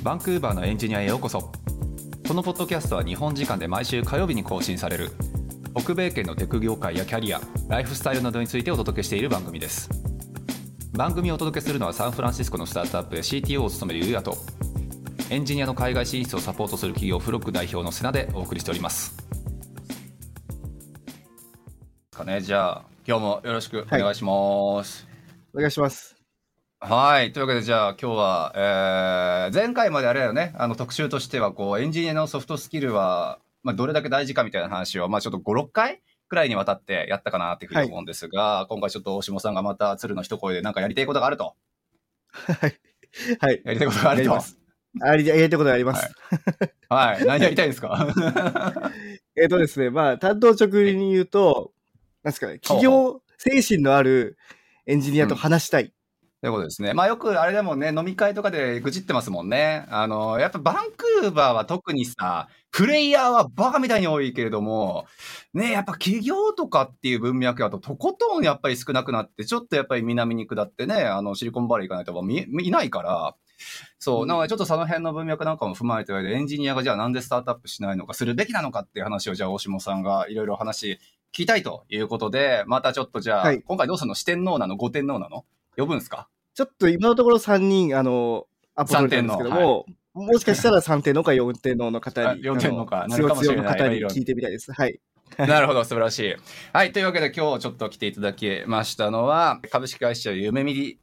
バンクーバーのエンジニアへようこそ。このポッドキャストは日本時間で毎週火曜日に更新される北米圏のテク業界やキャリア、ライフスタイルなどについてお届けしている番組です。番組をお届けするのはサンフランシスコのスタートアップで CTO を務めるゆうやと、エンジニアの海外進出をサポートする企業フロック代表の瀬名でお送りしております。じゃあ今日もよろしくお願いします。 お願いします。 はい、というわけでじゃあ今日は、前回まであれだよね、特集としてはエンジニアのソフトスキルは、どれだけ大事かみたいな話を、ちょっと5、6回くらいにわたってやったかなっていうふうに思うんですが、今回ちょっと大下さんがまた鶴の一声でなんかやりたいことがあると。 はい。はい。 やりたいことがあると。 やりたいことがあります。 はい。何やりたいですか？ ですね、担当直入に言うと、なんですかね、企業精神のあるエンジニアと話したい。 ということですね。よくあれでもね、飲み会とかで愚痴ってますもんね。やっぱバンクーバーは特にさ、プレイヤーはバカみたいに多いけれども、ね、やっぱ企業とかっていう文脈だととことんやっぱり少なくなって、ちょっとやっぱり南に下ってね、シリコンバレー行かないといないから、そう、なのでちょっとその辺の文脈なんかも踏まえて、エンジニアがじゃあなんでスタートアップしないのか、するべきなのかっていう話をじゃあ大下さんがいろいろ話聞きたいということで、またちょっとじゃあ、今回どうするの？四天王なの？五天王なの？呼ぶんですか？ ちょっと今のところ3人、アポ取れたんですけども、もしかしたら3天王か4天王の方に、 4天王か、 強の方に聞いてみたいです。はい。 なるほど、素晴らしい。はい、というわけで今日ちょっと来ていただきましたのは、株式会社ユイメデ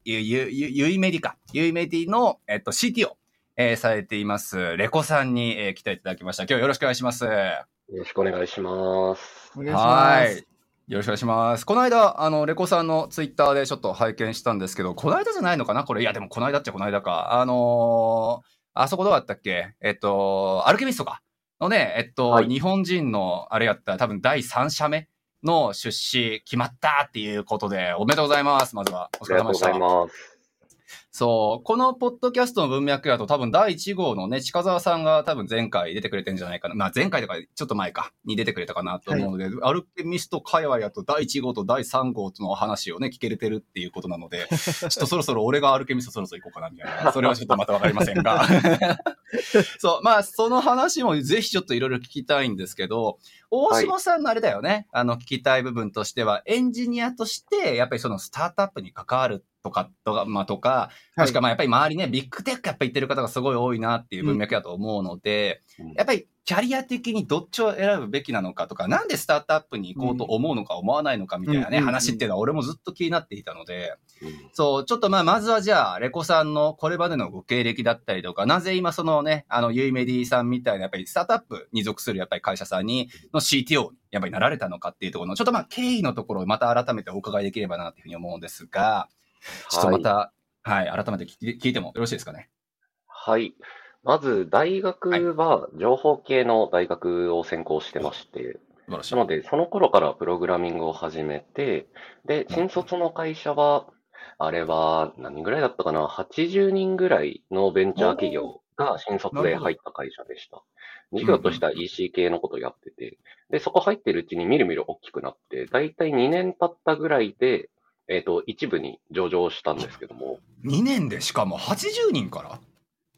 ィの、CTO、されています、レコさんに、来ていただきました。今日よろしくお願いします。よろしくお願いします。 お願いします。 よろしくお願いします。この間、レコさんのツイッターでちょっと拝見したんですけど、この間じゃないのかなこれ。いや、でもこの間っちゃこの間か。あそこどうだったっけ？アルケミストか。のね、はい、日本人のあれやったら多分第3社目の出資決まったっていうことで、おめでとうございます。まずは。お疲れ様でした。 ありがとうございます。 そう、このポッドキャストの文脈だと多分第1号のね、近澤さんが多分前回出てくれてんじゃないかな。前回とかちょっと前かに出てくれたかなと思うので、はい、アルケミスト界隈だと第1号と第3号の話をね、聞けれてるっていうことなので、ちょっとそろそろ俺がアルケミストそろそろ行こうかなみたいな。それはちょっとまたわかりませんが。そう、その話もぜひちょっといろいろ聞きたいんですけど、大下さんのあれだよね、はい、聞きたい部分としては、エンジニアとして、やっぱりそのスタートアップに関わるとか、もしくはやっぱり周りね、ビッグテックやっぱり言ってる方がすごい多いなっていう文脈だと思うので、やっぱりキャリア的にどっちを選ぶべきなのかとか、なんでスタートアップに行こうと思うのか思わないのかみたいなね、話っていうのは俺もずっと気になっていたので、そう、ちょっとまずはじゃあ、レコさんのこれまでのご経歴だったりとか、なぜ今そのね、ユイメディさんみたいなやっぱりスタートアップに属するやっぱり会社さんの CTO にやっぱりなられたのかっていうところの、ちょっと経緯のところをまた改めてお伺いできればなというふうに思うんですが、ちょっとまた、はい、改めて聞いてもよろしいですかね。 はい。まず、大学は情報系の大学を専攻してまして、なので、その頃からプログラミングを始めて、で、新卒の会社は、あれは何人ぐらいだったかな ?80 人ぐらいのベンチャー企業が新卒で入った会社でした。事業としては EC 系のことをやってて、で、そこ入ってるうちにみるみる大きくなって、だいたい2年経ったぐらいで、一部に上場したんですけども。 2年でしかも80人から？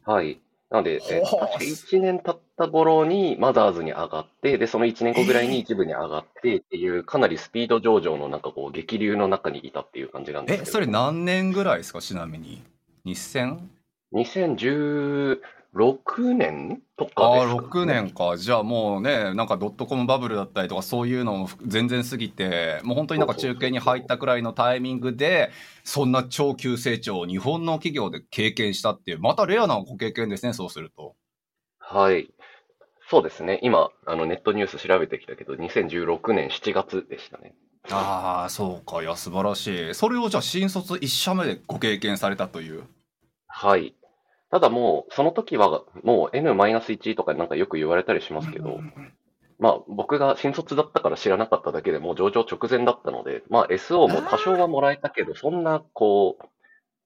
はい。なので、確か1年経った頃にマザーズに上がって、で、その1年後ぐらいに一部に上がってっていう、かなりスピード上場の激流の中にいたっていう感じなんですけど。 それ何年ぐらいですか、ちなみに。 2016年とかですか、ね。 6年か。じゃあもうね、なんかドットコムバブルだったりとかそういうのも全然過ぎて、もう本当になんか中継に入ったくらいのタイミングで、そんな超急成長を日本の企業で経験したっていう、またレアなご経験ですね、そうすると。 はい。そうですね。今、ネットニュース調べてきたけど、2016年7月でしたね。 ああ、そうか。いや、素晴らしい。それをじゃあ新卒1社目でご経験されたという。 はい。ただもう、その時はもう N-1 とかなんかよく言われたりしますけど、僕が新卒だったから知らなかっただけでもう上場直前だったので、SO も多少はもらえたけど、そんな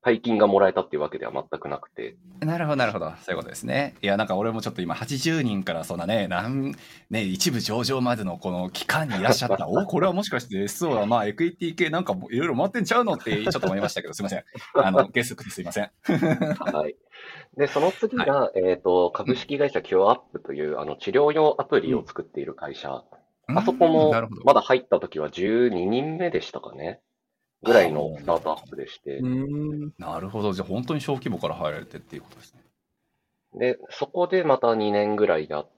大金がもらえたっていうわけでは全くなくて。 なるほど、なるほど。そういうことですね。いや、なんか俺もちょっと今80人からそんなね、一部上場までのこの期間にいらっしゃった。これはもしかして SO はまあエクイティ系なんかいろいろ回ってんちゃうのってちょっと思いましたけど、すいません。ゲスくてすいません。 はい。で、その次が、株式会社キュアアップという、治療用アプリを作っている会社。あそこも、まだ入った時は12人目でしたかね。ぐらいのスタートアップでして。 なるほど。じゃあ本当に小規模から入られてっていうことですね。 で、そこでまた2年ぐらいやって、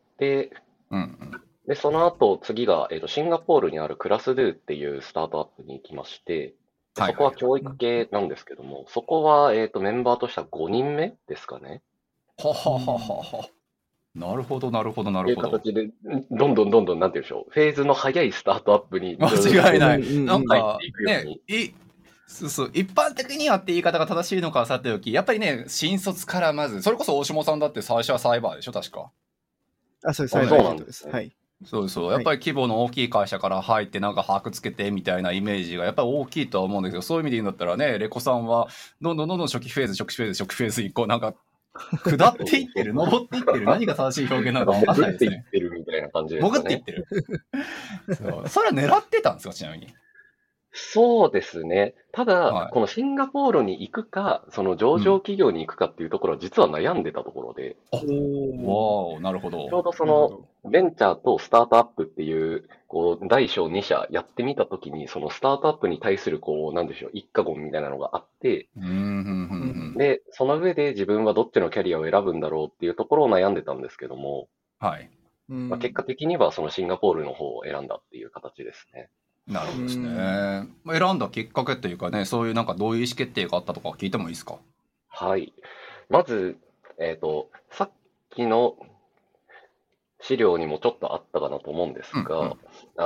で、その後、次が、シンガポールにあるクラスドゥっていうスタートアップに行きまして、そこは教育系なんですけども、そこは、メンバーとしては5人目ですかね。 はははは。なるほど、なるほど、なるほど。 という形で、どんどん、なんて言うんでしょう。フェーズの早いスタートアップに。 間違いない。なんか、ね、そう、一般的にはって言い方が正しいのかはさておき、やっぱりね、新卒からまず、それこそ大下さんだって最初はサイバーでしょ、確か。 そうです、サイバーです。はい。 そう。やっぱり規模の大きい会社から入ってなんか把握つけてみたいなイメージがやっぱり大きいとは思うんですけど、そういう意味で言うんだったらね、レコさんはどんどん初期フェーズ以降なんか下っていってる、登っていってる、何が正しい表現なのか分かんないですね。 潜っていってるみたいな感じですね。 潜っていってる。それは狙ってたんですか、ちなみに。 そうですね。ただ、このシンガポールに行くか、その上場企業に行くかっていうところは実は悩んでたところで。 なるほど。 ちょうどその、ベンチャーとスタートアップっていう、大小2社やってみたときに、そのスタートアップに対する、なんでしょう、一過言みたいなのがあって、で、その上で自分はどっちのキャリアを選ぶんだろうっていうところを悩んでたんですけども、結果的にはそのシンガポールの方を選んだっていう形ですね。 なるほどですね。選んだきっかけというかね、そういうなんかどういう意思決定があったとか聞いてもいいですか？ はい。まず、さっきの資料にもちょっとあったかなと思うんですが、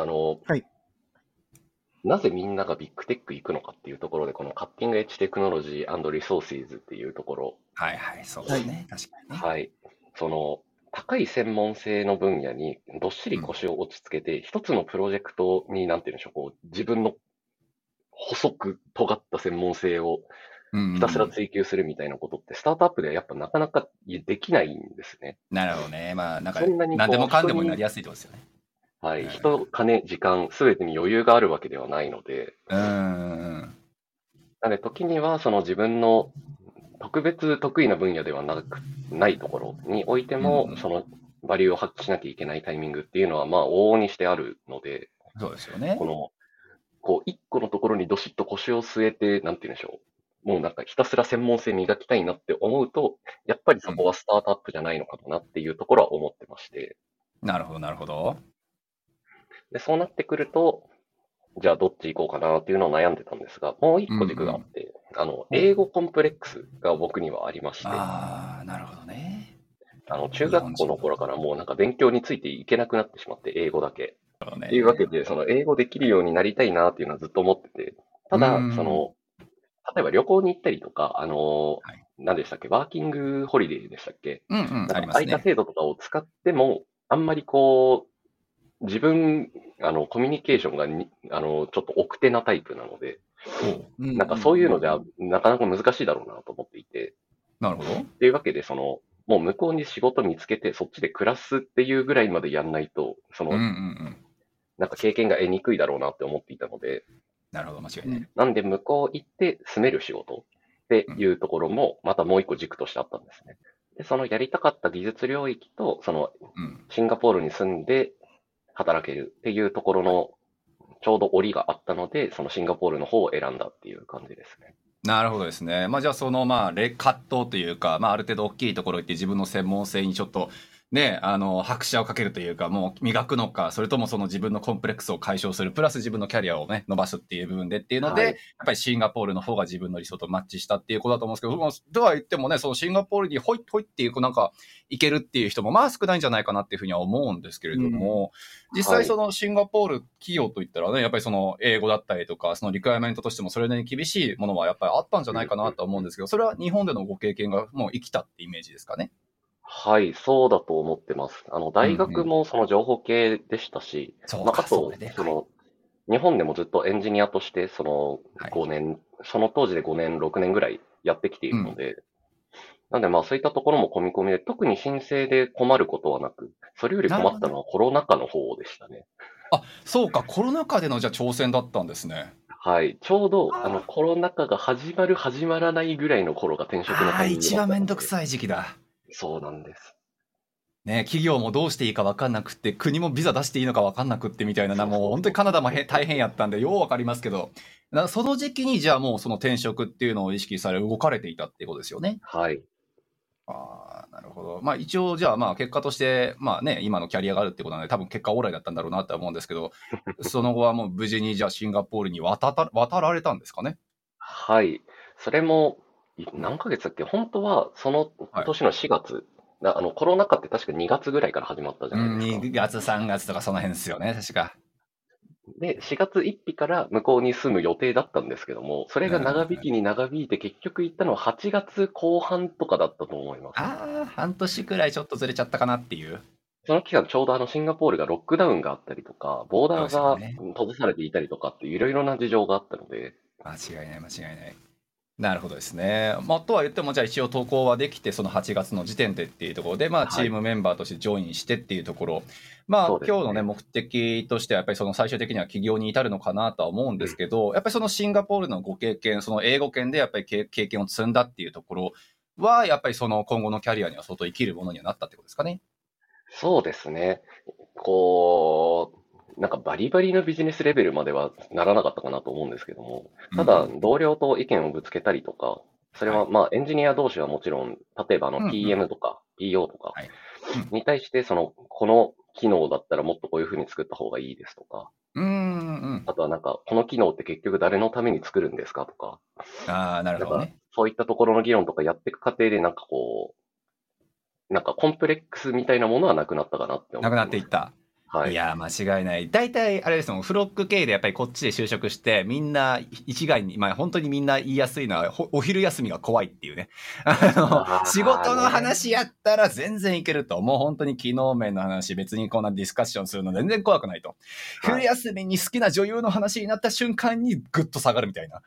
なぜみんながビッグテック行くのかっていうところで、このカッティングエッジテクノロジー&リソーシーズっていうところ。 そうですね。確かにね。 はい。その、高い専門性の分野にどっしり腰を落ち着けて、一つのプロジェクトに、なんていうんでしょう、自分の細く尖った専門性をひたすら追求するみたいなことって、スタートアップではやっぱなかなかできないんですね。 なるほどね。まあ、なんか、何でもかんでもなりやすいってことですよね。 はい。人、金、時間、すべてに余裕があるわけではないので。なので、時には、その自分の特別得意な分野ではないところにおいても、そのバリューを発揮しなきゃいけないタイミングっていうのは、まあ、往々にしてあるので。 そうですよね。 一個のところにどしっと腰を据えて、なんて言うんでしょう。もうなんかひたすら専門性磨きたいなって思うと、やっぱりそこはスタートアップじゃないのかなっていうところは思ってまして。 なるほど、なるほど。 で、そうなってくると、じゃあどっち行こうかなっていうのを悩んでたんですが、もう一個軸があって、英語コンプレックスが僕にはありまして。 なるほどね。 中学校の頃からもうなんか勉強についていけなくなってしまって、英語だけ。っていうわけで、その英語できるようになりたいなっていうのはずっと思ってて、ただ、例えば旅行に行ったりとか、何でしたっけ、ワーキングホリデーでしたっけ、空いた制度とかを使っても、あんまり自分、コミュニケーションがちょっと奥手なタイプなので、なんかそういうのじゃ、なかなか難しいだろうなと思っていて。 なるほど。 っていうわけで、もう向こうに仕事見つけて、そっちで暮らすっていうぐらいまでやんないと、なんか経験が得にくいだろうなって思っていたので。 なるほど、間違いない。 なんで向こう行って住める仕事っていうところも、またもう一個軸としてあったんですね。で、そのやりたかった技術領域と、シンガポールに住んで働けるっていうところの、ちょうど折りがあったので、そのシンガポールの方を選んだっていう感じですね。 なるほどですね。じゃあ葛藤というか、ある程度大きいところ行って自分の専門性にちょっとね、拍車をかけるというか、もう磨くのか、それともその自分のコンプレックスを解消する、プラス自分のキャリアをね、伸ばすっていう部分でっていうので、やっぱりシンガポールの方が自分の理想とマッチしたっていうことだと思うんですけど、とは言ってもね、そのシンガポールにホイっていう、なんか、行けるっていう人も少ないんじゃないかなっていうふうには思うんですけれども、実際そのシンガポール企業といったらね、やっぱりその英語だったりとか、そのリクエアメントとしてもそれなりに厳しいものはやっぱりあったんじゃないかなと思うんですけど、それは日本でのご経験がもう生きたってイメージですかね。 はい、そうだと思ってます。大学もその情報系でしたし、あと、 日本でもずっとエンジニアとして、その5年、その当時で5年、6年ぐらいやってきているので、なんでまあそういったところも込み込みで、特に申請で困ることはなく、それより困ったのはコロナ禍の方でしたね。 あ、そうか、コロナ禍でのじゃあ挑戦だったんですね。 はい。ちょうど、コロナ禍が始まる、始まらないぐらいの頃が転職のタイミングだったので。 一番めんどくさい時期だ。 そうなんです。 ね、企業もどうしていいか分かんなくって、国もビザ出していいのか分かんなくってみたいな、もう本当にカナダも大変やったんで、よう分かりますけど、その時期にじゃあもうその転職っていうのを意識され、動かれていたっていうことですよね。 はい。 なるほど。まあ一応じゃあまあ結果として、まあね、今のキャリアがあるってことなので、多分結果オーライだったんだろうなとは思うんですけど、その後はもう無事にじゃあシンガポールに渡られたんですかね。 はい。それも、何ヶ月だっけ本当は、その年の4月、コロナ禍って確か2月ぐらいから始まったじゃないですか。 2月、3月とかその辺ですよね、確か。 で、4月1日から向こうに住む予定だったんですけども、それが長引きに長引いて結局行ったのは8月後半とかだったと思います。 半年くらいちょっとずれちゃったかなっていう。 その期間ちょうどシンガポールがロックダウンがあったりとか、ボーダーが閉ざされていたりとかっていういろいろな事情があったので。 間違いない、間違いない。なるほどですね。まあ、とは言っても、じゃあ一応投稿はできて、その8月の時点でっていうところで、まあ、チームメンバーとしてジョインしてっていうところ、まあ、今日のね、目的としては、やっぱりその最終的には起業に至るのかなとは思うんですけど、やっぱりそのシンガポールのご経験、その英語圏でやっぱり経験を積んだっていうところは、やっぱりその今後のキャリアには相当生きるものにはなったってことですかね。 そうですね。なんかバリバリのビジネスレベルまではならなかったかなと思うんですけども、ただ同僚と意見をぶつけたりとか、それはまあエンジニア同士はもちろん、例えばPM とか PO とかに対してこの機能だったらもっとこういう風に作った方がいいですとか、あとはなんか、この機能って結局誰のために作るんですかとか、 なるほどね。 そういったところの議論とかやっていく過程でなんかコンプレックスみたいなものはなくなったかなって思なくなっていった。はい、いや、間違いない。大体、あれですもん、フロック経由でやっぱりこっちで就職して、みんな一概に、まあ本当にみんな言いやすいのは、お昼休みが怖いっていうね。仕事の話やったら全然いけると。もう本当に機能面の話、別にこんなディスカッションするの全然怖くないと。昼休みに好きな女優の話になった瞬間にグッと下がるみたいな。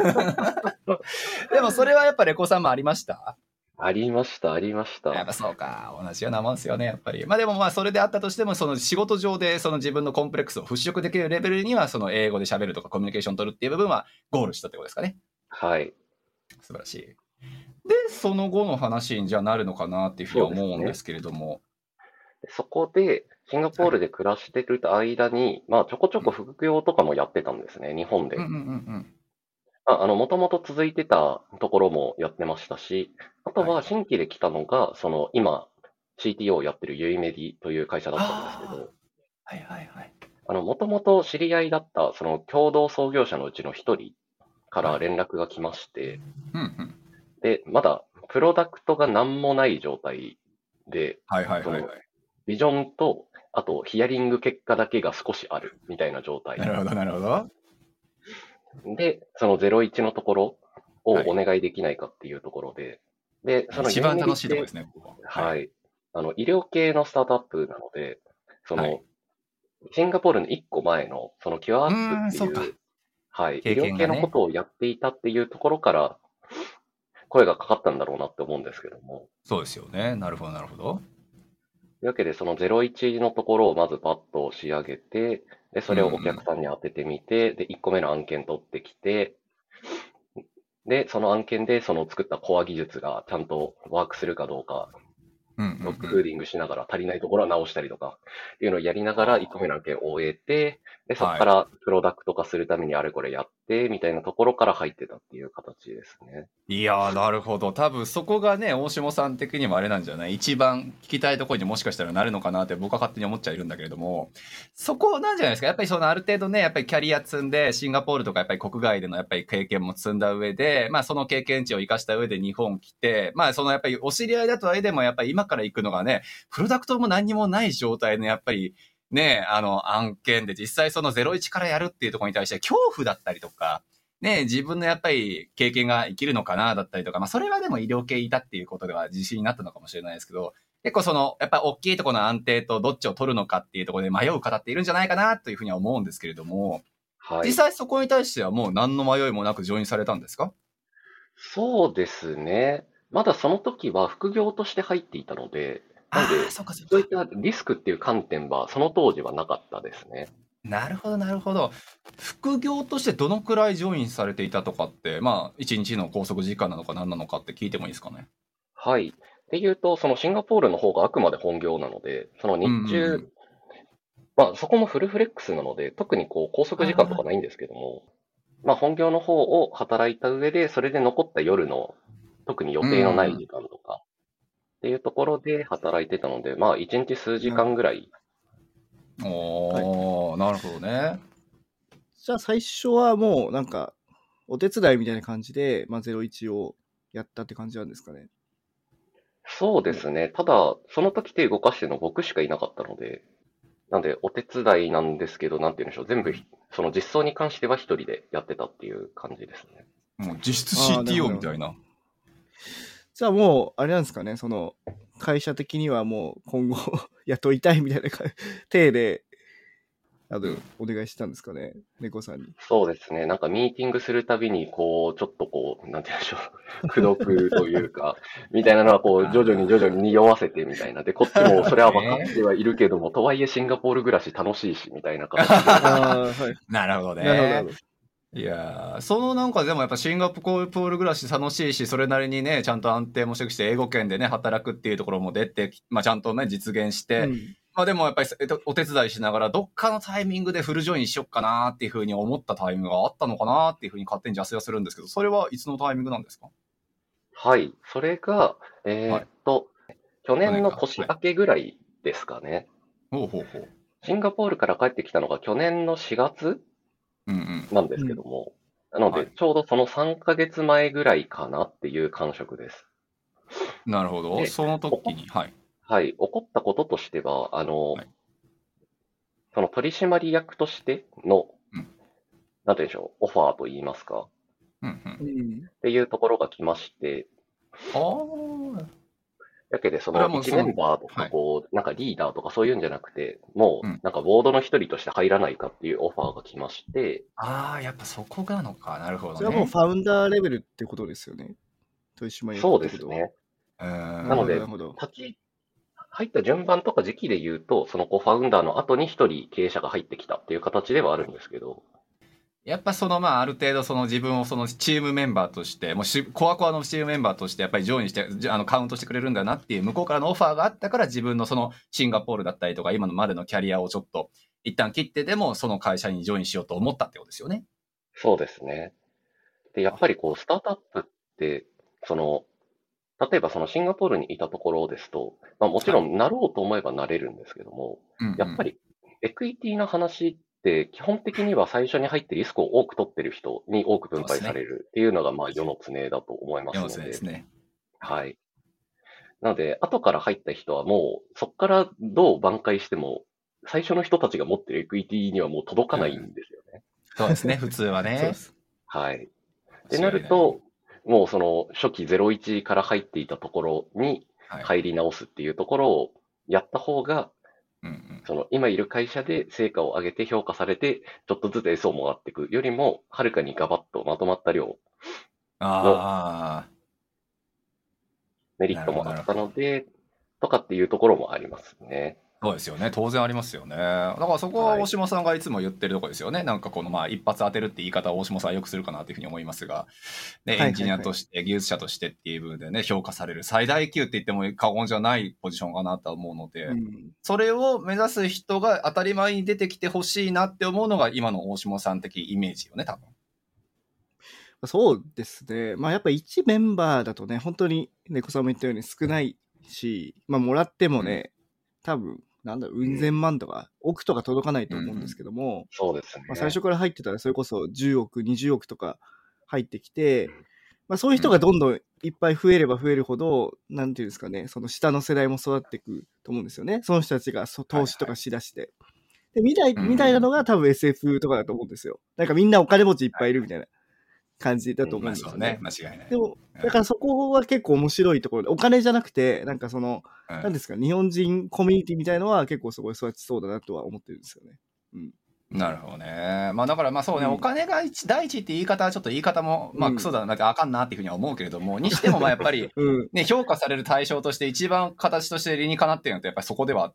でもそれはやっぱレコさんもありました？ ありました、ありました。 やっぱそうか。同じようなもんですよね、やっぱり。まあでもまあそれであったとしても、その仕事上でその自分のコンプレックスを払拭できるレベルには、その英語で喋るとかコミュニケーション取るっていう部分はゴールしたってことですかね。 はい。 素晴らしい。で、その後の話にじゃあなるのかなっていうふうには思うんですけれども。 そこで、シンガポールで暮らしてる間に、まあちょこちょこ副業とかもやってたんですね、日本で。もともと続いてたところもやってましたし、あとは新規で来たのが、今、CTO をやってるユイメディという会社だったんですけど、 はいはいはい。 もともと知り合いだった、共同創業者のうちの一人から連絡が来まして、で、まだ、プロダクトが何もない状態で、ビジョンと、あと、ヒアリング結果だけが少しある、みたいな状態。 なるほど、なるほど。 で、その01のところをお願いできないかっていうところで、で、 一番楽しいところですね、 はい。医療系のスタートアップなので、シンガポールの1個前の、キュアアップっていう、はい、医療系のことをやっていたっていうところから、声がかかったんだろうなって思うんですけども。 そうですよね。なるほど、なるほど。 というわけで、その01のところをまずパッと仕上げて、で、それをお客さんに当ててみて、で、1個目の案件取ってきて、で、その案件でその作ったコア技術がちゃんとワークするかどうか、ドッグフーディングしながら足りないところは直したりとか、っていうのをやりながら1個目の案件を終えて、で、そこからプロダクト化するためにあれこれやって、みたいなところから入ってたっていう形ですね。 いやー、なるほど。多分そこがね、大下さん的にもあれなんじゃない？一番聞きたいところにもしかしたらなるのかなって僕は勝手に思っちゃいるんだけれども、そこなんじゃないですか。やっぱりある程度ね、やっぱりキャリア積んで、シンガポールとかやっぱり国外でのやっぱり経験も積んだ上で、まあその経験値を生かした上で日本来て、まあやっぱりお知り合いだとはいえでもやっぱり今から行くのがね、プロダクトも何にもない状態のやっぱり、ね、案件で実際その01からやるっていうところに対して恐怖だったりとか、ね、自分のやっぱり経験が生きるのかなだったりとか、まあそれはでも医療系いたっていうことでは自信になったのかもしれないですけど、結構やっぱ大きいところの安定とどっちを取るのかっていうところで迷う方っているんじゃないかなというふうには思うんですけれども、 はい。 実際そこに対してはもう何の迷いもなくジョインされたんですか？ そうですね。まだその時は副業として入っていたので、なんで、 そうかそうそういっか。 たリスクっていう観点はその当時はなかったですね。 なるほどなるほど。副業としてどのくらいジョインされていたとかって、まあ1日の拘束時間なのか何なのかって聞いてもいいですかね？ はい。っていうと、そのシンガポールの方があくまで本業なので、そのうんうんう日中、 ん。 まあそこもフルフレックスなので、特にこう拘束時間とかあないんですけども、まあ本業の方を働いた上で、それで残った夜の特に予うん定のないうん。 時間とかっていうところで働いてたので、まあ一日数時なるほ間ぐらい。 ど。はい。 おー、なるほどね。 じゃあ最初はもうなんか、お手伝いみたいな感じで、まあ、01をやったって感じなんですかね。 そうですね。ただ、その時手動かしてるの僕しかいなかったので、なんでお手伝いなんですけど、なんて言うんでしょう。全部その実装に関しては一人でやってたっていう感じですね。 もう実質ああ、なる CTO ほど、なるほど。 みたいな。 じゃあもう、あれなんですかね、その、会社的にはもう今後雇いたいみたいな体で、お願いしたんですかね、猫さんに。 そうですね。なんかミーティングするたびに、こう、ちょっとこう、なんて言うんでしょう。口説くというか、みたいなのは、こう、徐々に徐々に匂わせてみたいな。で、こっちもそれは分かってはいるけども、とはいえシンガポール暮らし楽しいし、みたいな形で。 ああ、はい。 なるほどなるほど、なるね。 ほど。 いやー、そのなんかでもやっぱシンガポール暮らし楽しいし、それなりにね、ちゃんと安定もしてきて、英語圏でね、働くっていうところも出て、まあちゃんとね、実現して、まあでもやっぱり、お手伝いしながら、どっかのタイミングでフルジョインしよっかなっていうふうに思ったタイミングがあったのかなっていうふうに勝手に邪推はするんですけど、それはいつのタイミングなんですか？ はい。それが、 はい。 去年の去年か。はい。 年明けぐらいですかね。 ほうほうほう。 シンガポールから帰ってきたのが去年の4月うんうん。 なんですけども。なので、 はい。 ちょうどその3ヶ月前ぐらいかなっていう感触です。 なるほど。 で、 その時に、はい。 はい、起こったこととしては、 はい。 その取締役としての、 うん。 なんて言うんでしょう、オファーと言いますか、 うんうん。 っていうところが来まして、 ああ。 だけでそそれはの1メもうその、 ンバーとかはい。 こう、なんかリーダーとかそういうんじゃなくて、もうん。 うなんかボードの一人として入らないかっていうオファーが来まして、 ああ、やっぱそこなのか。なるほどそれはもうね。 ファウンダーレベルってことですよね。取締役そうってことは。 ですね。 なるほど、ななので、 るほど。 入った順番とか時期で言うと、そのファウンダーの後に一人経営者が入ってきたっていう形ではあるんですけど、 やっぱそのまあある程度その自分をそのチームメンバーとしてもうコアのチームメンバーとしてやっぱりジョインしてカウントしてくれるんだなっていう向こうからのオファーがあったから自分のそのシンガポールだったりとか今のまでのキャリアをちょっと一旦切ってでもその会社にジョインしようと思ったってことですよね。 そうですね。で、やっぱりこう、スタートアップって、その、例えばそのシンガポールにいたところですと、まあもちはい。 ろんなろうと思えばなれるんですけども、 うんうん。 やっぱりエクイティの話って基本的には最初に入ってリスクを多く取ってる人に多く分配されそうですね。 るっていうのがまあ世の常だと思いま世のすので、 常ですね。はい。 はい。なので、後から入った人はもうそこからどう挽回しても、最初の人たちが持ってるエクイティにはもう届かないんですよね。 そうですね。普通はね。 そうです。 はい。ってな間違いない。 ると、もうその初期01から入っていたところにはい。 入り直すっていうところをやった方が、 うんうん。 その今いる会社で成果を上げて評価されて、ちょっとずつ S をもらっていくよりも、はるかにガバッとまとまった量のああ、 メリッなるほど、 トもあったなるほど。 ので、とかっていうところもありますね。 そうですよね。当然ありますよね。だからそこははい。 大島さんがいつも言ってるところですよね。なんかこのまあ一発当てるって言い方を大島さんはよくするかなというふうに思いますが、ね、エンジニアはいはいはい。 として、技術者としてっていう部分でね、評価される最大級って言っても過言じゃないポジションかなとは思うので、それを目指す人が当たり前に出てきてほしいなって思うのが今の大島さん的イメージよね、多分。 そうですね。まあやっぱ1メンバーだとね、本当に猫さんも言ったように少ないし、まあもらってもうん。 ね、多分、なんだろう、うん千万とか、億とか届かないと思うんですうんうん。 けども、 そうですまあ最ね。 初から入ってたらそれこそ10億、20億とか入ってきて、 うんまあそういう人がうん。 どんどんいっぱい増えれば増えるほど、なんていうんですかね、その下の世代も育っていくと思うんですよね。その人たちが投資とかはいはい。 しだして。で、みたいなのうん。 が多分 SF とかだと思うんですよ。なんかみんなお金持ちいっはいはい。 ぱいいるみたいな感じだと思うん。 まあそうね。 うんですよね。 間違いない。 でも、 うん。 だからそこは結構面白いところで、お金じゃなくて、なんかその、 うん。 なんですか、日本人コミュニティみたいのは結構すごい育ちそうだなとは思ってるんですよね。うん。 なるほどね。まあだからまあそうね、 うんお金が第一って言い方はちょっと言い方も、まあクソだなってあかんなっていうふうには思うけれども、にしてもまあやっぱりうん。 ね、評価される対象として一番形として理にかなっているのってやっぱりそこではあって、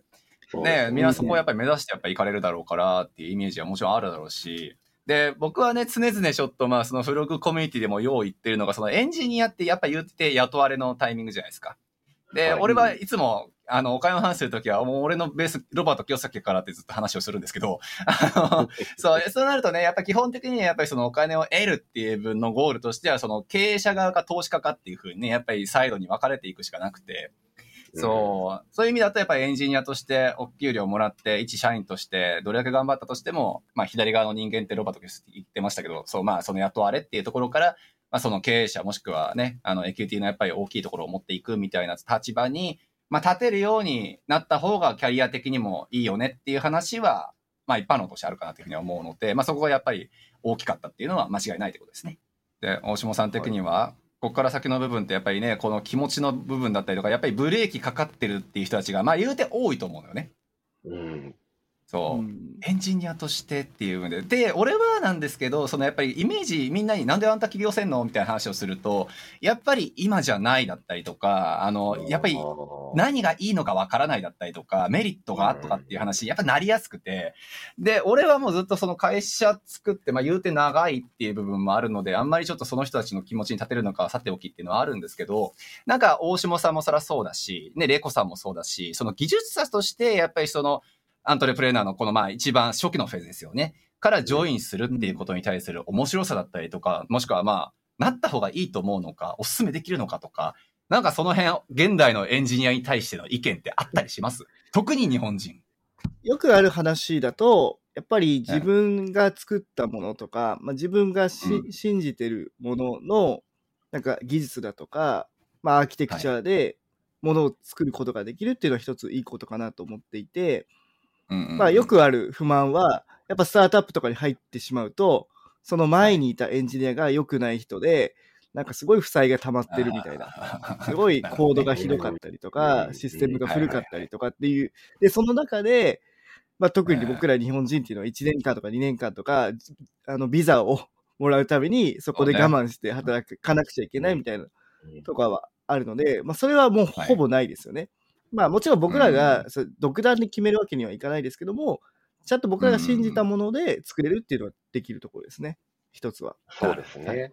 ね、みんなそこをやっぱり目指してやっぱり行かれるだろうからっていうイメージはもちろんあるだろうし、で、僕はね、常々ちょっとまあそのフログコミュニティでもよう言ってるのが、そのエンジニアってやっぱ言って雇われのタイミングじゃないですか。で、俺はいつも、お金の話するときは、もう俺のベース、ロバート清崎からってずっと話をするんですけど、そうなるとね、やっぱ基本的にはやっぱりそのお金を得るっていう分のゴールとしては、その経営者側か投資家かっていう風にね、やっぱりサイドに分かれていくしかなくて、そういう意味だとやっぱりエンジニアとしてお給料をもらって、一社員としてどれだけ頑張ったとしても、まあ左側の人間ってロバート清崎言ってましたけど、そう、まあその雇われっていうところから、まあその経営者もしくはね、エキュイティのやっぱり大きいところを持っていくみたいな立場に、まあ立てるようになった方がキャリア的にもいいよねっていう話は、まあ一般論としてあるかなというふうには思うので、まあそこがやっぱり大きかったっていうのは間違いないということですね。で、大下さん的には、ここから先の部分ってやっぱりね、この気持ちの部分だったりとか、やっぱりブレーキかかってるっていう人たちが、まあ言うて多いと思うのよね。そう。エンジニアとしてっていうので。で、俺はなんですけど、そのやっぱりイメージみんなになんであんた起業せんのみたいな話をすると、やっぱり今じゃないだったりとか、やっぱり何がいいのかわからないだったりとか、メリットがとかっていう話、やっぱなりやすくて。で、俺はもうずっとその会社作って、まあ言うて長いっていう部分もあるので、あんまりちょっとその人たちの気持ちに立てるのかはさておきっていうのはあるんですけど、なんか大下さんもそらそうだし、ね、玲子さんもそうだし、その技術者としてやっぱりその、アントレプレーナーのこのまあ一番初期のフェーズですよね。からジョインするっていうことに対する面白さだったりとか、もしくはまあ、なった方がいいと思うのか、お勧めできるのかとか、なんかその辺、現代のエンジニアに対しての意見ってあったりします？特に日本人。 よくある話だと、やっぱり自分が作ったものとか、まあ、自分が信じてるものの、なんか技術だとか、まあアーキテクチャでものを作ることができるっていうのは一ついいことかなと思っていて、まあよくある不満は、やっぱスタートアップとかに入ってしまうと、その前にいたエンジニアが良くない人で、なんかすごい負債が溜まってるみたいな。すごいコードがひどかったりとか、システムが古かったりとかっていう。で、その中で、まあ特に僕ら日本人っていうのは1年間とか2年間とか、ビザをもらうためにそこで我慢して働かなくちゃいけないみたいなとかはあるので、まあそれはもうほぼないですよね。まあもちろん僕らが独断で決めるわけにはいかないですけども、ちゃんと僕らが信じたもので作れるっていうのはできるところですね。一つは。 そうですね。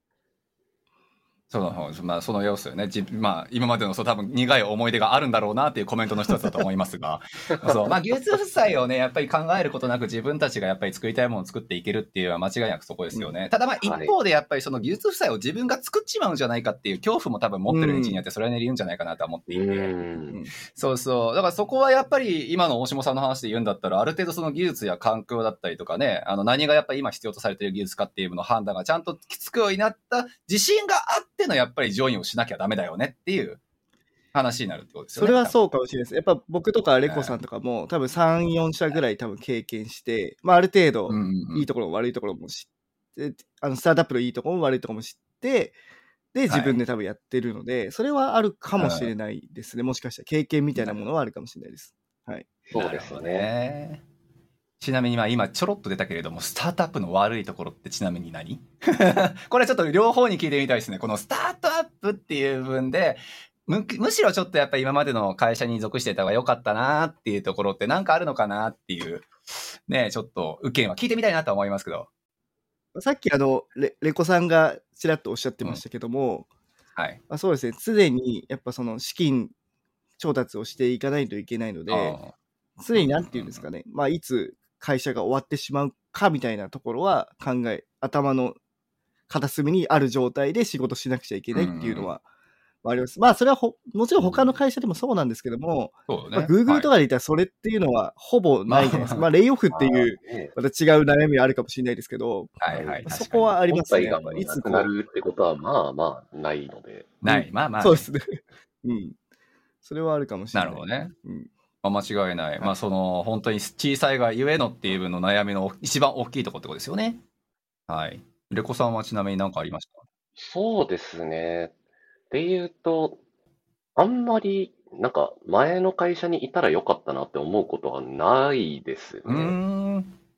まあ、その様子よね。まあ、今までの多分苦い思い出があるんだろうなっていうコメントの一つだと思いますが、そう、まあ、技術負債をね、やっぱり考えることなく自分たちがやっぱり作りたいものを作っていけるっていうのは間違いなくそこですよね。ただまあ、一方でやっぱりその技術負債を自分が作っちまうんじゃないかっていう恐怖も多分持ってるエンジニアってそれなりにいるんじゃないかなと思っていて。そうそう。だからそこはやっぱり今の大下さんの話で言うんだったら、ある程度その技術や環境だったりとかね、何がやっぱり今必要とされている技術かっていうのの判断がちゃんとつくようになった自信があってのやっぱりジョインをしなきゃダメだよねっていう話になるってことですよね。 それはそうかもしれないです。やっぱ僕とかレコさんとかも多分3、4社ぐらい多分経験して、まあある程度いいところも悪いところも知って、スタートアップのいいところも悪いところも知って、で、自分で多分やってるので、それはあるかもしれないですね。もしかしたら経験みたいなものはあるかもしれないです。はい。 そうですね。 ちなみに今ちょろっと出たけれども、スタートアップの悪いところってちなみに何？これちょっと両方に聞いてみたいですね。このスタートアップっていう部分で、むしろちょっとやっぱり今までの会社に属してた方が良かったなっていうところってなんかあるのかなっていう、ね、ちょっと意見は聞いてみたいなと思いますけど。 さっきレコさんがちらっとおっしゃってましたけども、 はい。 そうですね。常にやっぱその資金調達をしていかないといけないので、常になんていうんですかね。まあいつ会社が終わってしまうかみたいなところは頭の片隅にある状態で仕事しなくちゃいけないっていうのはあります。まあそれはもちろん他の会社でもそうなんですけども、まあ、Google とかで言ったらそれっていうのはほぼないじゃないですか。まあレイオフっていうまた違う悩みはあるかもしれないですけど、そこはありますね。 いつなるってことはまあまあないので。 ない。まあまあ。 そうですね。うん。それはあるかもしれない。 なるほどね。間違いない。まあその本当に小さいがゆえのっていう分の悩みの一番大きいところってことですよね。はい。レコさんはちなみに何かありました？ そうですね。で言うと、あんまりなんか前の会社にいたらよかったなって思うことはないですね。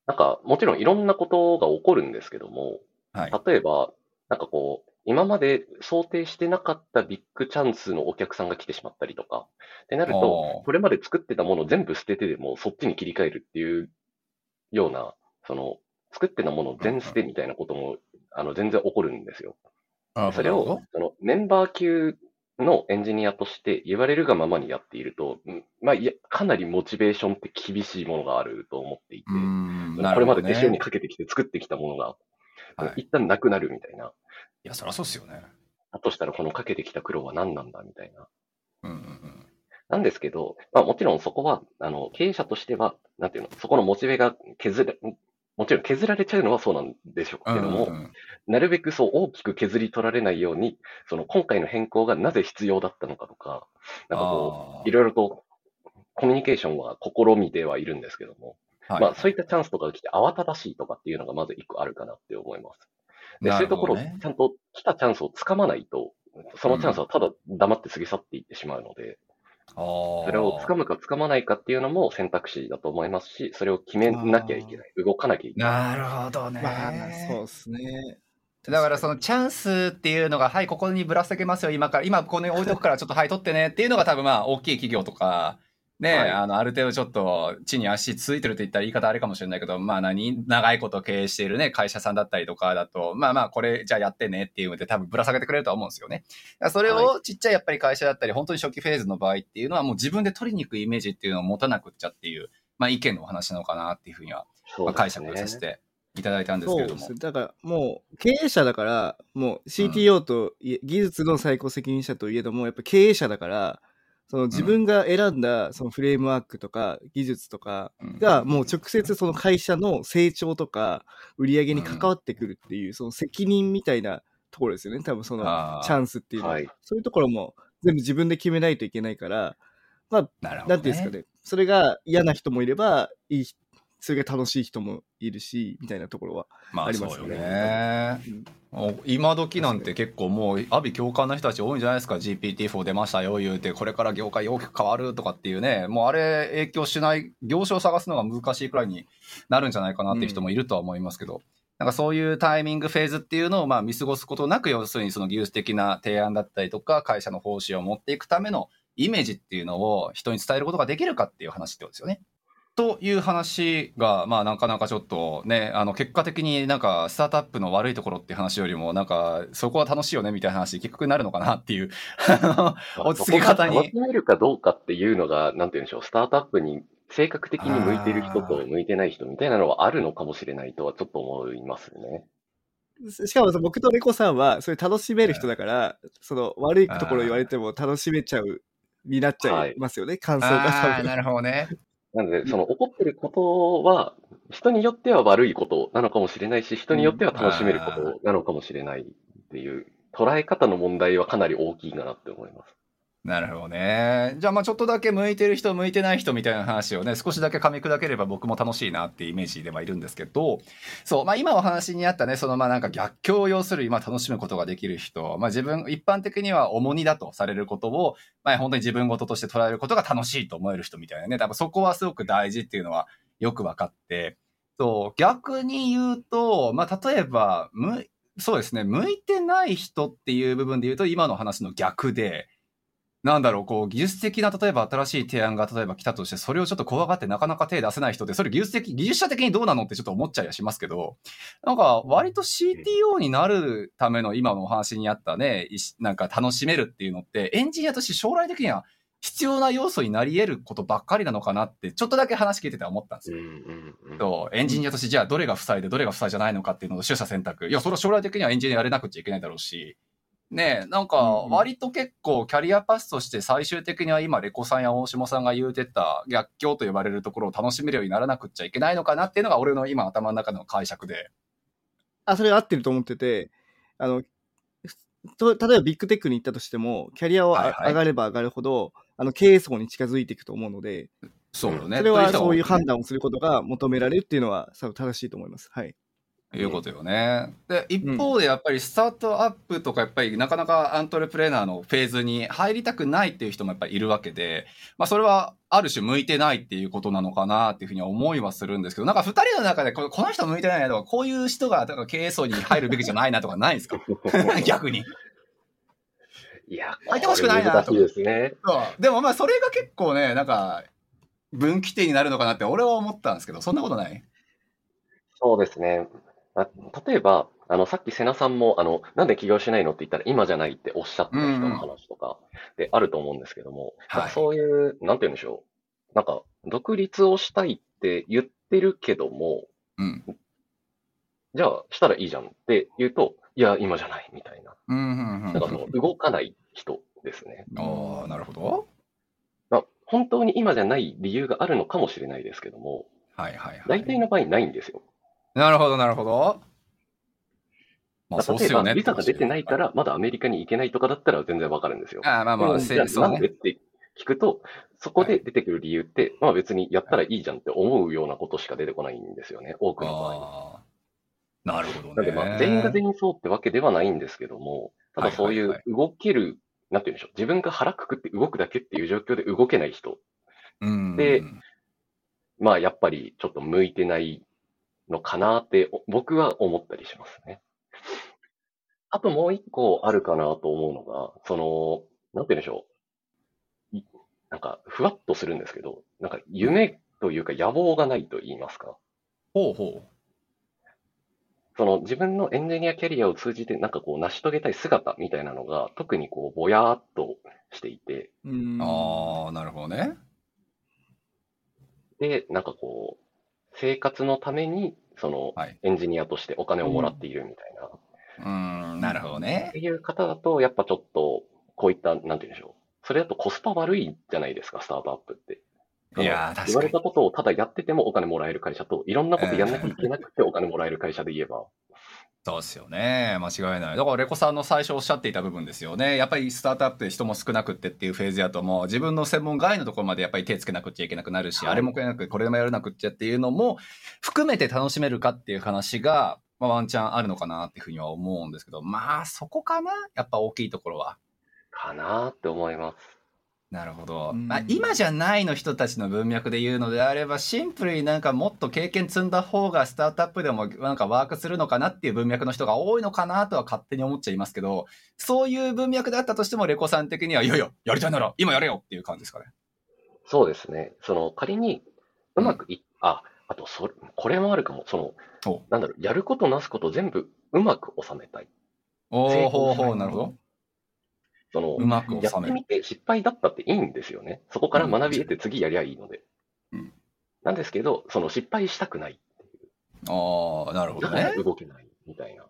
なんか、もちろんいろんなことが起こるんですけども、 はい。 例えば、なんかこう、今まで想定してなかったビッグチャンスのお客さんが来てしまったりとか、ってなると、これまで作ってたものを全部捨ててでもそっちに切り替えるっていうような、作ってたものを全捨てみたいなことも、全然起こるんですよ。それを、メンバー級のエンジニアとして言われるがままにやっていると、まあ、かなりモチベーションって厳しいものがあると思っていて、これまで手塩にかけてきて作ってきたものが、一旦なくなるみたいな。 いや、そりゃそうっすよね。 だとしたらこのかけてきた苦労は何なんだみたいな。なんですけど、まあもちろんそこは、経営者としては、なんていうの、そこのモチベがもちろん削られちゃうのはそうなんでしょうけども、なるべくそう大きく削り取られないように、今回の変更がなぜ必要だったのかとか、なんかこう、いろいろとコミュニケーションは試みてはいるんですけども、まあそういったチャンスとかが来て慌ただしいとかっていうのがまず一個あるかなって思います。で、そういうところをちゃんと来たチャンスをつかまないと、そのチャンスはただ黙って過ぎ去っていってしまうので、それをつかむかつかまないかっていうのも選択肢だと思いますし、それを決めなきゃいけない。動かなきゃいけなない。 るほどね。 まあ、そうですね。 だからそのチャンスっていうのが、はい、ここにぶら下げますよ、今から、今ここに置いとくからちょっとはい、取ってねっていうのが多分まあ大きい企業とか、ね、はい、ある程度ちょっと地に足ついてると言ったら言い方あれかもしれないけど、まあ長いこと経営しているね、会社さんだったりとかだと、まあこれじゃあやってねっていうので多分ぶら下げてくれるとは思うんですよね。それをちっちゃいやっぱり会社だったり、本当に初期フェーズの場合っていうのはもう自分で取りに行くイメージっていうのを持たなくっちゃっていう、まあ意見のお話なのかなっていうふうには、まあ、解釈させていただいたんですけれども。 そうです。だからもう経営者だから、もう CTO と、技術の最高責任者といえども、やっぱ経営者だから、その自分が選んだそのフレームワークとか技術とかがもう直接その会社の成長とか売り上げに関わってくるっていうその責任みたいなところですよね。多分そのチャンスっていうのは、そういうところも全部自分で決めないといけないから、まあ、なんていうんですかね。それが嫌な人もいれば、それが楽しい人もいるし、みたいなところはありますよね。 今時なんて結構もう、阿鼻共感な人たち多いんじゃないですか。GPT-4 出ましたよ、言うて、これから業界大きく変わるとかっていうね、もうあれ影響しない、業種を探すのが難しいくらいになるんじゃないかなっていう人もいるとは思いますけど、なんかそういうタイミング、フェーズっていうのをまあ見過ごすことなく、要するにその技術的な提案だったりとか、会社の方針を持っていくためのイメージっていうのを人に伝えることができるかっていう話ってことですよね。という話が、まあなかなかちょっとね、結果的になんかスタートアップの悪いところっていう話よりも、なんかそこは楽しいよねみたいな話、結局なるのかなっていう、落ち着き方に。 楽しめるかどうかっていうのが、なんて言うんでしょう、スタートアップに性格的に向いている人と向いてない人みたいなのはあるのかもしれないとはちょっと思いますね。 しかも僕とレコさんは、それ楽しめる人だから、その悪いところ言われても楽しめちゃう、になっちゃいますよね、感想が多分。 なるほどね。 なので、起こってることは、人によっては悪いことなのかもしれないし、人によっては楽しめることなのかもしれないっていう、捉え方の問題はかなり大きいかなって思います。 なるほどね。じゃあまあちょっとだけ向いてる人向いてない人みたいな話をね、少しだけ噛み砕ければ僕も楽しいなっていうイメージではいるんですけど、そう、まあ今お話にあったね、そのまあなんか逆境を要する今楽しむことができる人、まあ一般的には重荷だとされることを、まあ本当に自分事として捉えることが楽しいと思える人みたいなね、多分そこはすごく大事っていうのはよく分かって、そう、逆に言うと、まあ例えば、そうですね、向いてない人っていう部分で言うと今の話の逆で、なんだろう、こう、技術的な、例えば新しい提案が例えば来たとして、それをちょっと怖がってなかなか手出せない人って、それ技術者的にどうなのってちょっと思っちゃいはしますけど、なんか、割と CTO になるための今のお話にあったね、なんか楽しめるっていうのって、エンジニアとして将来的には必要な要素になり得ることばっかりなのかなって、ちょっとだけ話聞いてて思ったんですよ。エンジニアとして、じゃあどれが負債でどれが負債じゃないのかっていうのを取捨選択。いや、それは将来的にはエンジニアやれなくちゃいけないだろうし、ねえ、なんか、割と結構キャリアパスとして最終的には今、レコさんや大下さんが言うてた逆境と呼ばれるところを楽しめるようにならなくっちゃいけないのかなっていうのが俺の今頭の中の解釈で。 それ合ってると思ってて、例えばビッグテックに行ったとしても、キャリアを上がれば上がるほど、経営層に近づいていくと思うので、 そうね。 それはそういう判断をすることが求められるっていうのは正しいと思います。はい。 いいうことよね。で、一方でやっぱりスタートアップとかやっぱりなかなかアントレプレーナーのフェーズに入りたくないっていう人もやっぱりいるわけで、まあそれはある種向いてないっていうことなのかなっていうふうには思いはするんですけど、なんか二人の中でこの人向いてないなとか、こういう人がだから経営層に入るべきじゃないなとかないですか逆に。 いや、 入ってほしくないなと。 難しいですね。 そうでもまあそれが結構ね、なんか分岐点になるのかなって俺は思ったんですけど、そんなことない？ そうですね。例えば、さっき瀬名さんも、なんで起業しないのって言ったら、今じゃないっておっしゃってた人の話とかであると思うんですけども、なんかそういう、なんて言うんでしょう。なんか、独立をしたいって言ってるけども、じゃあ、したらいいじゃんって言うと、いや、今じゃないみたいな。なんか動かない人ですね。 ああ、なるほど。 本当に今じゃない理由があるのかもしれないですけども、大体の場合ないんですよ。 なるほど、なるほど。 まあ、例えば、ビザが出てないから、まだアメリカに行けないとかだったら全然わかるんですよ。 じゃあなんでって聞くと、そこで出てくる理由って、まあ別にやったらいいじゃんって思うようなことしか出てこないんですよね、多くの場合。 なるほどね。 なのでまあ全員が全員そうってわけではないんですけども、ただそういう動ける、なんて言うんでしょう、自分が腹くくって動くだけっていう状況で動けない人で、まあやっぱりちょっと向いてないのかなって僕は思ったりしますね。あともう一個あるかなと思うのが、なんて言うんでしょう。なんか、ふわっとするんですけど、なんか夢というか野望がないと言いますか。自分のエンジニアキャリアを通じてなんかこう成し遂げたい姿みたいなのが特にこうぼやーっとしていて。 ああ、なるほどね。 で、なんかこう、生活のために、エンジニアとしてお金をもらっているみたいな。 なるほどね。 っていう方だと、やっぱちょっと、こういった、なんて言うんでしょう。それだとコスパ悪いじゃないですか、スタートアップって。 いや確かに。 言われたことをただやっててもお金もらえる会社と、いろんなことやんなきゃいけなくてお金もらえる会社で言えば。 そうですよね。間違いない。だからレコさんの最初おっしゃっていた部分ですよね。やっぱりスタートアップで人も少なくってっていうフェーズやともう自分の専門外のところまでやっぱり手つけなくちゃいけなくなるし、あれもやらなくこれもやらなくっちゃっていうのも含めて楽しめるかっていう話が、まあ、ワンチャンあるのかなっていうふうには思うんですけど、まあそこかなやっぱ大きいところは。 かなって思います。 なるほど。まあ、今じゃないの人たちの文脈で言うのであれば、シンプルになんかもっと経験積んだ方がスタートアップでもなんかワークするのかなっていう文脈の人が多いのかなとは勝手に思っちゃいますけど、そういう文脈であったとしてもレコさん的には、いやいや、やりたいなら今やれよっていう感じですかね。 そうですね。仮にうまくあとこれもあるかも。なんだろう、やることなすこと全部うまく収めたい。 なるほど。うまくやってみて失敗だったっていいんですよね。そこから学び得て次やりゃいいので。なんですけど、失敗したくないっていう。 ああ、なるほどね。 だから動けないみたいな。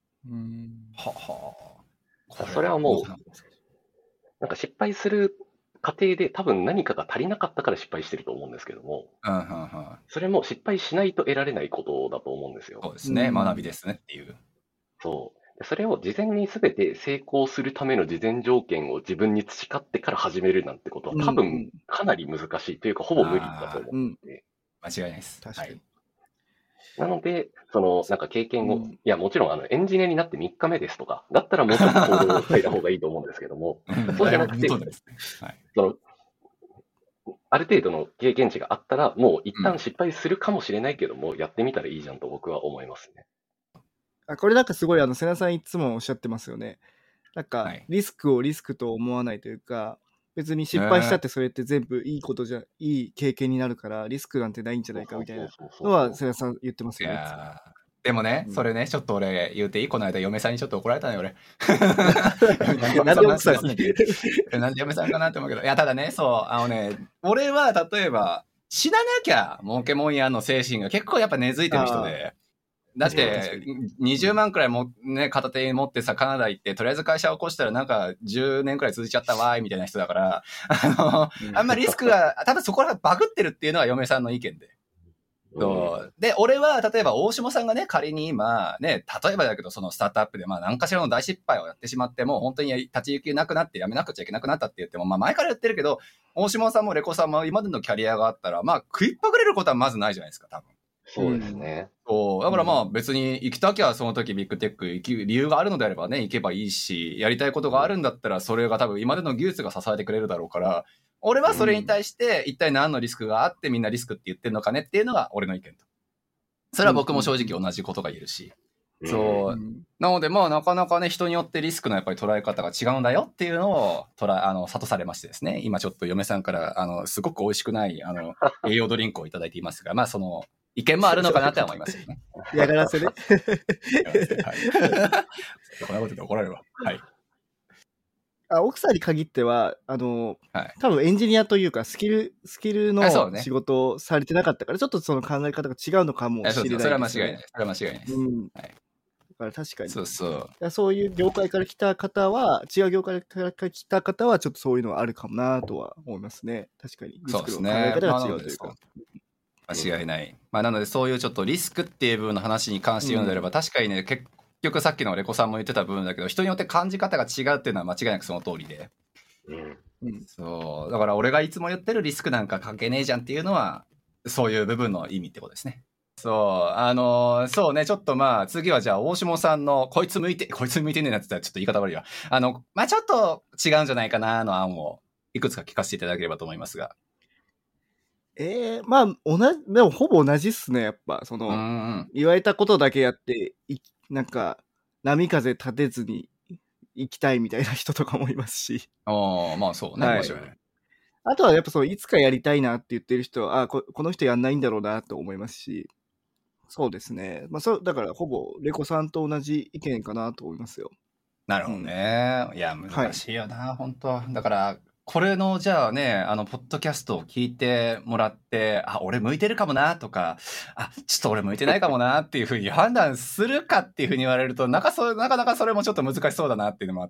それはもう、なんか失敗する過程で多分何かが足りなかったから失敗してると思うんですけども、それも失敗しないと得られないことだと思うんですよ。 そうですね。学びですねっていう。 そう。それを事前に全て成功するための事前条件を自分に培ってから始めるなんてことは多分かなり難しいというかほぼ無理だと思うので。 間違いないです。 確かに。 なので、なんか経験を、いや、もちろん、エンジニアになって3日目ですとか、だったらもうちょっと行動を書いた方がいいと思うんですけども、そうじゃなくて、ある程度の経験値があったら、もう一旦失敗するかもしれないけども、やってみたらいいじゃんと僕は思いますね。 これなんかすごい瀬名さんいつもおっしゃってますよね。なんかリスクをリスクと思わないというか、別に失敗したってそれって全部いい経験になるからリスクなんてないんじゃないかみたいなのは瀬名さん言ってますよね。 でもね、それね、ちょっと俺言うていい？この間嫁さんにちょっと怒られたのよ俺。なんで嫁さんかなって思うけど、いやただね、俺は例えば死ななきゃ儲けもんやの精神が結構やっぱ根付いてる人で。だって、20万くらいもね、片手に持ってさ、カナダ行って、とりあえず会社を起こしたらなんか10年くらい続いちゃったわーい、みたいな人だから、あんまリスクが、多分そこらバグってるっていうのは嫁さんの意見で。で、俺は、例えば大下さんがね、仮に今、ね、例えばだけど、そのスタートアップで、まあ何かしらの大失敗をやってしまっても、本当に立ち行きなくなってやめなくちゃいけなくなったって言っても、まあ前から言ってるけど、大下さんもレコさんも今までのキャリアがあったら、まあ食いっぱぐれることはまずないじゃないですか、多分。 そうですね。 そう。だからまあ別に行きたきゃその時ビッグテック行く理由があるのであればね、行けばいいし、やりたいことがあるんだったらそれが多分今までの技術が支えてくれるだろうから、俺はそれに対して一体何のリスクがあってみんなリスクって言ってるのかねっていうのが俺の意見と。それは僕も正直同じことが言えるし。そう。なのでまあなかなかね、人によってリスクのやっぱり捉え方が違うんだよっていうのを諭されましてですね。今ちょっと嫁さんからすごく美味しくない栄養ドリンクをいただいていますが、まあその意見もあるのかなって思いますよね。 嫌がらせね。 はい。こんなことで怒られるわ。はい。 奥さんに限っては、 はい、 多分エンジニアというか、スキルの仕事をされてなかったから、ちょっとその考え方が違うのかもしれないですね。 それは間違いない。それは間違いないです。はい。 だから確かに。 そういう業界から来た方は、違う業界から来た方は、ちょっとそういうのはあるかもなとは思いますね。確かに。リスクの考え方が違うというか。 間違いない。まあ、なので、そういうちょっとリスクっていう部分の話に関して言うのであれば、確かにね、結局さっきのレコさんも言ってた部分だけど、人によって感じ方が違うっていうのは間違いなくその通りで。そう。だから俺がいつも言ってるリスクなんか関係ねえじゃんっていうのは、そういう部分の意味ってことですね。そうね、ちょっとまあ、次はじゃあ、大下さんの、こいつ向いてねえなって言ったらちょっと言い方悪いわ。まあちょっと違うんじゃないかなの案を、いくつか聞かせていただければと思いますが。 まあ、でもほぼ同じっすね、やっぱ。言われたことだけやって、なんか、波風立てずに行きたいみたいな人とかもいますし。 まあそうね、面白いね。 あとはやっぱいつかやりたいなって言ってる人は、この人やんないんだろうなと思いますし。そうですね。まあだからほぼレコさんと同じ意見かなと思いますよ。 なるほどね。いや、難しいよな、本当だから、これの、じゃあね、ポッドキャストを聞いてもらって、俺向いてるかもな、とか、ちょっと俺向いてないかもな、っていうふうに判断するかっていうふうに言われると、なかなかそれもちょっと難しそうだなっていうのもあって。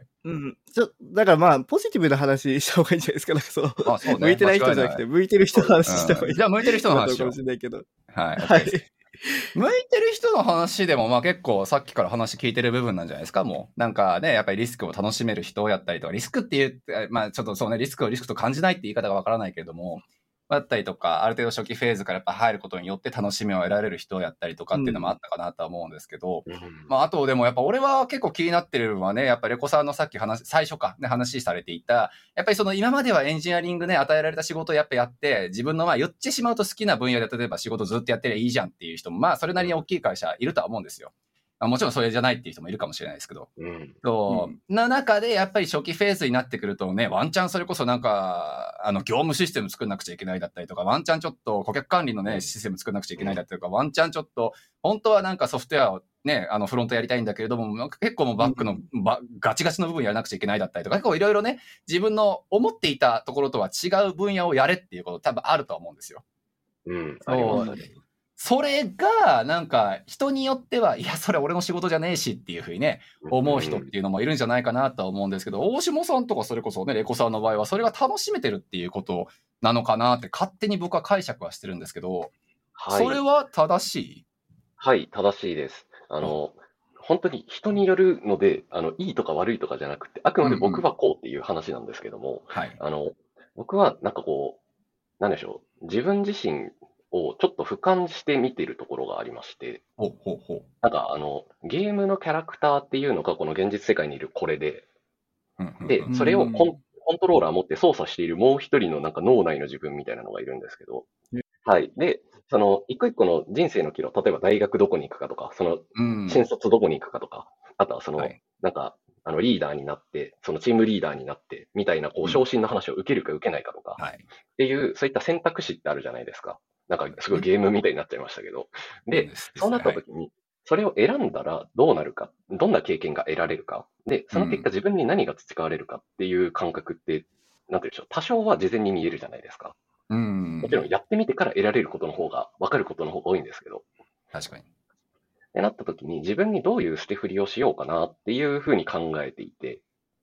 だからまあ、ポジティブな話した方がいいんじゃないですか。そうね、向いてない人じゃなくて、向いてる人の話した方がいい。 じゃあ、向いてる人の話かもしれないけど。 はい。向いてる人の話でも、まあ結構さっきから話聞いてる部分なんじゃないですか、もう。なんかね、やっぱりリスクを楽しめる人をやったりとか、リスクっていう、まあちょっとそうね、リスクをリスクと感じないって言い方がわからないけれども、だったりとか、ある程度初期フェーズからやっぱ入ることによって楽しみを得られる人をやったりとかっていうのもあったかなとは思うんですけど、まああとでもやっぱ俺は結構気になってる部分はね、やっぱレコさんのさっき最初かね、話されていた、やっぱり今まではエンジニアリングね、与えられた仕事をやっぱやって、自分のまあ言ってしまうと好きな分野で例えば仕事ずっとやってりゃいいじゃんっていう人も、まあそれなりに大きい会社いるとは思うんですよ。もちろんそれじゃないっていう人もいるかもしれないですけど。の中でやっぱり初期フェーズになってくるとね、ワンチャンそれこそなんか、業務システム作んなくちゃいけないだったりとか、ワンチャンちょっと顧客管理のね、システム作んなくちゃいけないだったりとか、ワンチャンちょっと、本当はなんかソフトウェアをね、フロントやりたいんだけれども、結構もうバックの、ガチガチの部分やらなくちゃいけないだったりとか、結構いろいろね、自分の思っていたところとは違う分野をやれっていうこと多分あると思うんですよ。 ありますね。 それが、なんか、人によっては、いや、それ俺の仕事じゃねえしっていうふうにね、思う人っていうのもいるんじゃないかなとは思うんですけど、大下さんとかそれこそね、レコさんの場合は、それが楽しめてるっていうことなのかなって、勝手に僕は解釈はしてるんですけど、それは正しい？ はい、正しいです。本当に人によるので、いいとか悪いとかじゃなくて、あくまで僕はこうっていう話なんですけども、僕はなんかこう、なんでしょう、自分自身をちょっと俯瞰して見てるところがありまして、なんかゲームのキャラクターっていうのがこの現実世界にいるこれで、で、それをコントローラー持って操作しているもう一人のなんか脳内の自分みたいなのがいるんですけど、はい。で、一個一個の人生の岐路、例えば大学どこに行くかとか、新卒どこに行くかとか、あとはなんか、リーダーになって、チームリーダーになって、みたいな、昇進の話を受けるか受けないかとか、っていう、そういった選択肢ってあるじゃないですか。なんか、すごいゲームみたいになっちゃいましたけど。で、そうなった時に、それを選んだらどうなるか、どんな経験が得られるか、で、その結果自分に何が培われるかっていう感覚って、なんていうんでしょう、多少は事前に見えるじゃないですか。もちろんやってみてから得られることの方が、分かることの方が多いんですけど。 確かに。 ってなった時に自分にどういう捨て振りをしようかなっていうふうに考えていて。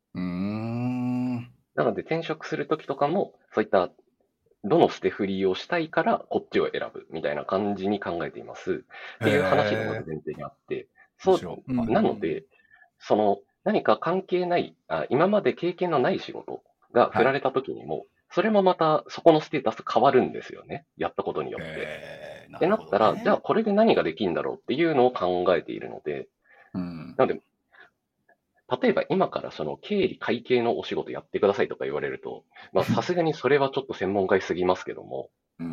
なので転職する時とかも、そういったどの捨て振りをしたいからこっちを選ぶみたいな感じに考えていますっていう話がまず前提にあって、なので、何か関係ない、今まで経験のない仕事が振られた時にも、それもまたそこのステータス変わるんですよね。やったことによって。 ってなったら、じゃあこれで何ができるんだろうっていうのを考えているので、なので、例えば今からその経理会計のお仕事やってくださいとか言われると、さすがにそれはちょっと専門外すぎますけども、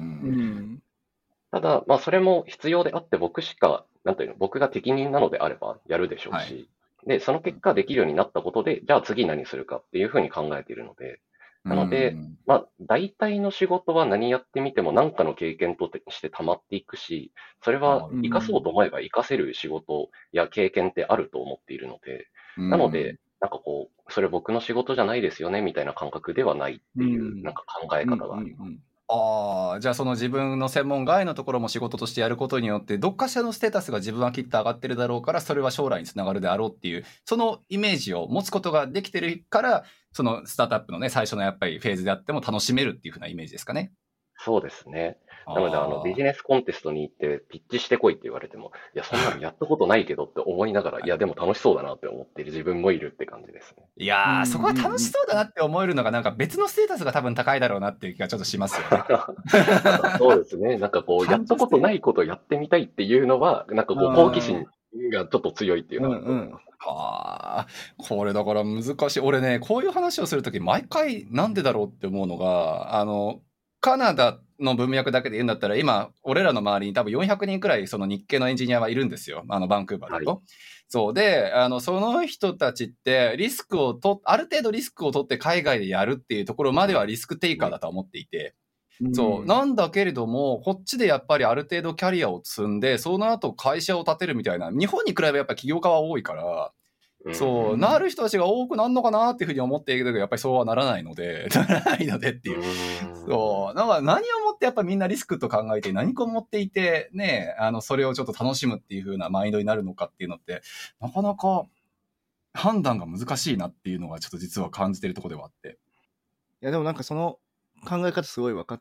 ただ、それも必要であって僕が適任なのであればやるでしょうし、で、その結果できるようになったことで、じゃあ次何するかっていうふうに考えているので、なので、大体の仕事は何やってみても何かの経験として溜まっていくし、それは活かそうと思えば活かせる仕事や経験ってあると思っているので、なので、それ僕の仕事じゃないですよね、みたいな感覚ではないっていう、考え方があります。 じゃあその自分の専門外のところも仕事としてやることによって、どっかしらのステータスが自分はきっと上がってるだろうから、それは将来につながるであろうっていう、そのイメージを持つことができてるから、そのスタートアップのね、最初のやっぱりフェーズであっても楽しめるっていう風なイメージですかね。 そうですね。なので、ビジネスコンテストに行ってピッチしてこいって言われても、いや、そんなのやったことないけどって思いながら、いや、でも楽しそうだなって思っている自分もいるって感じですね。 いやー、そこは楽しそうだなって思えるのが、なんか別のステータスが多分高いだろうなっていう気がちょっとしますよね。 そうですね。やったことないことをやってみたいっていうのは、好奇心がちょっと強いっていうのがあると思います。 これだから難しい。俺ね、こういう話をするとき、毎回なんでだろうって思うのが、カナダの文脈だけで言うんだったら、今、俺らの周りに多分400人くらいその日系のエンジニアはいるんですよ。バンクーバーだと。そうで、その人たちって、ある程度リスクを取って海外でやるっていうところまではリスクテイカーだと思っていて、なんだけれども、こっちでやっぱりある程度キャリアを積んで、その後会社を立てるみたいな、日本に比べばやっぱ起業家は多いから、なる人たちが多くなるのかなっていうふうに思っているけど、やっぱりそうはならないのでっていう。なんか何をもってやっぱみんなリスクと考えて、何かを持っていて、ね、それをちょっと楽しむっていうふうなマインドになるのかっていうのって、なかなか判断が難しいなっていうのがちょっと実は感じてるところではあって。 いや、でもなんかその考え方すごい分かって、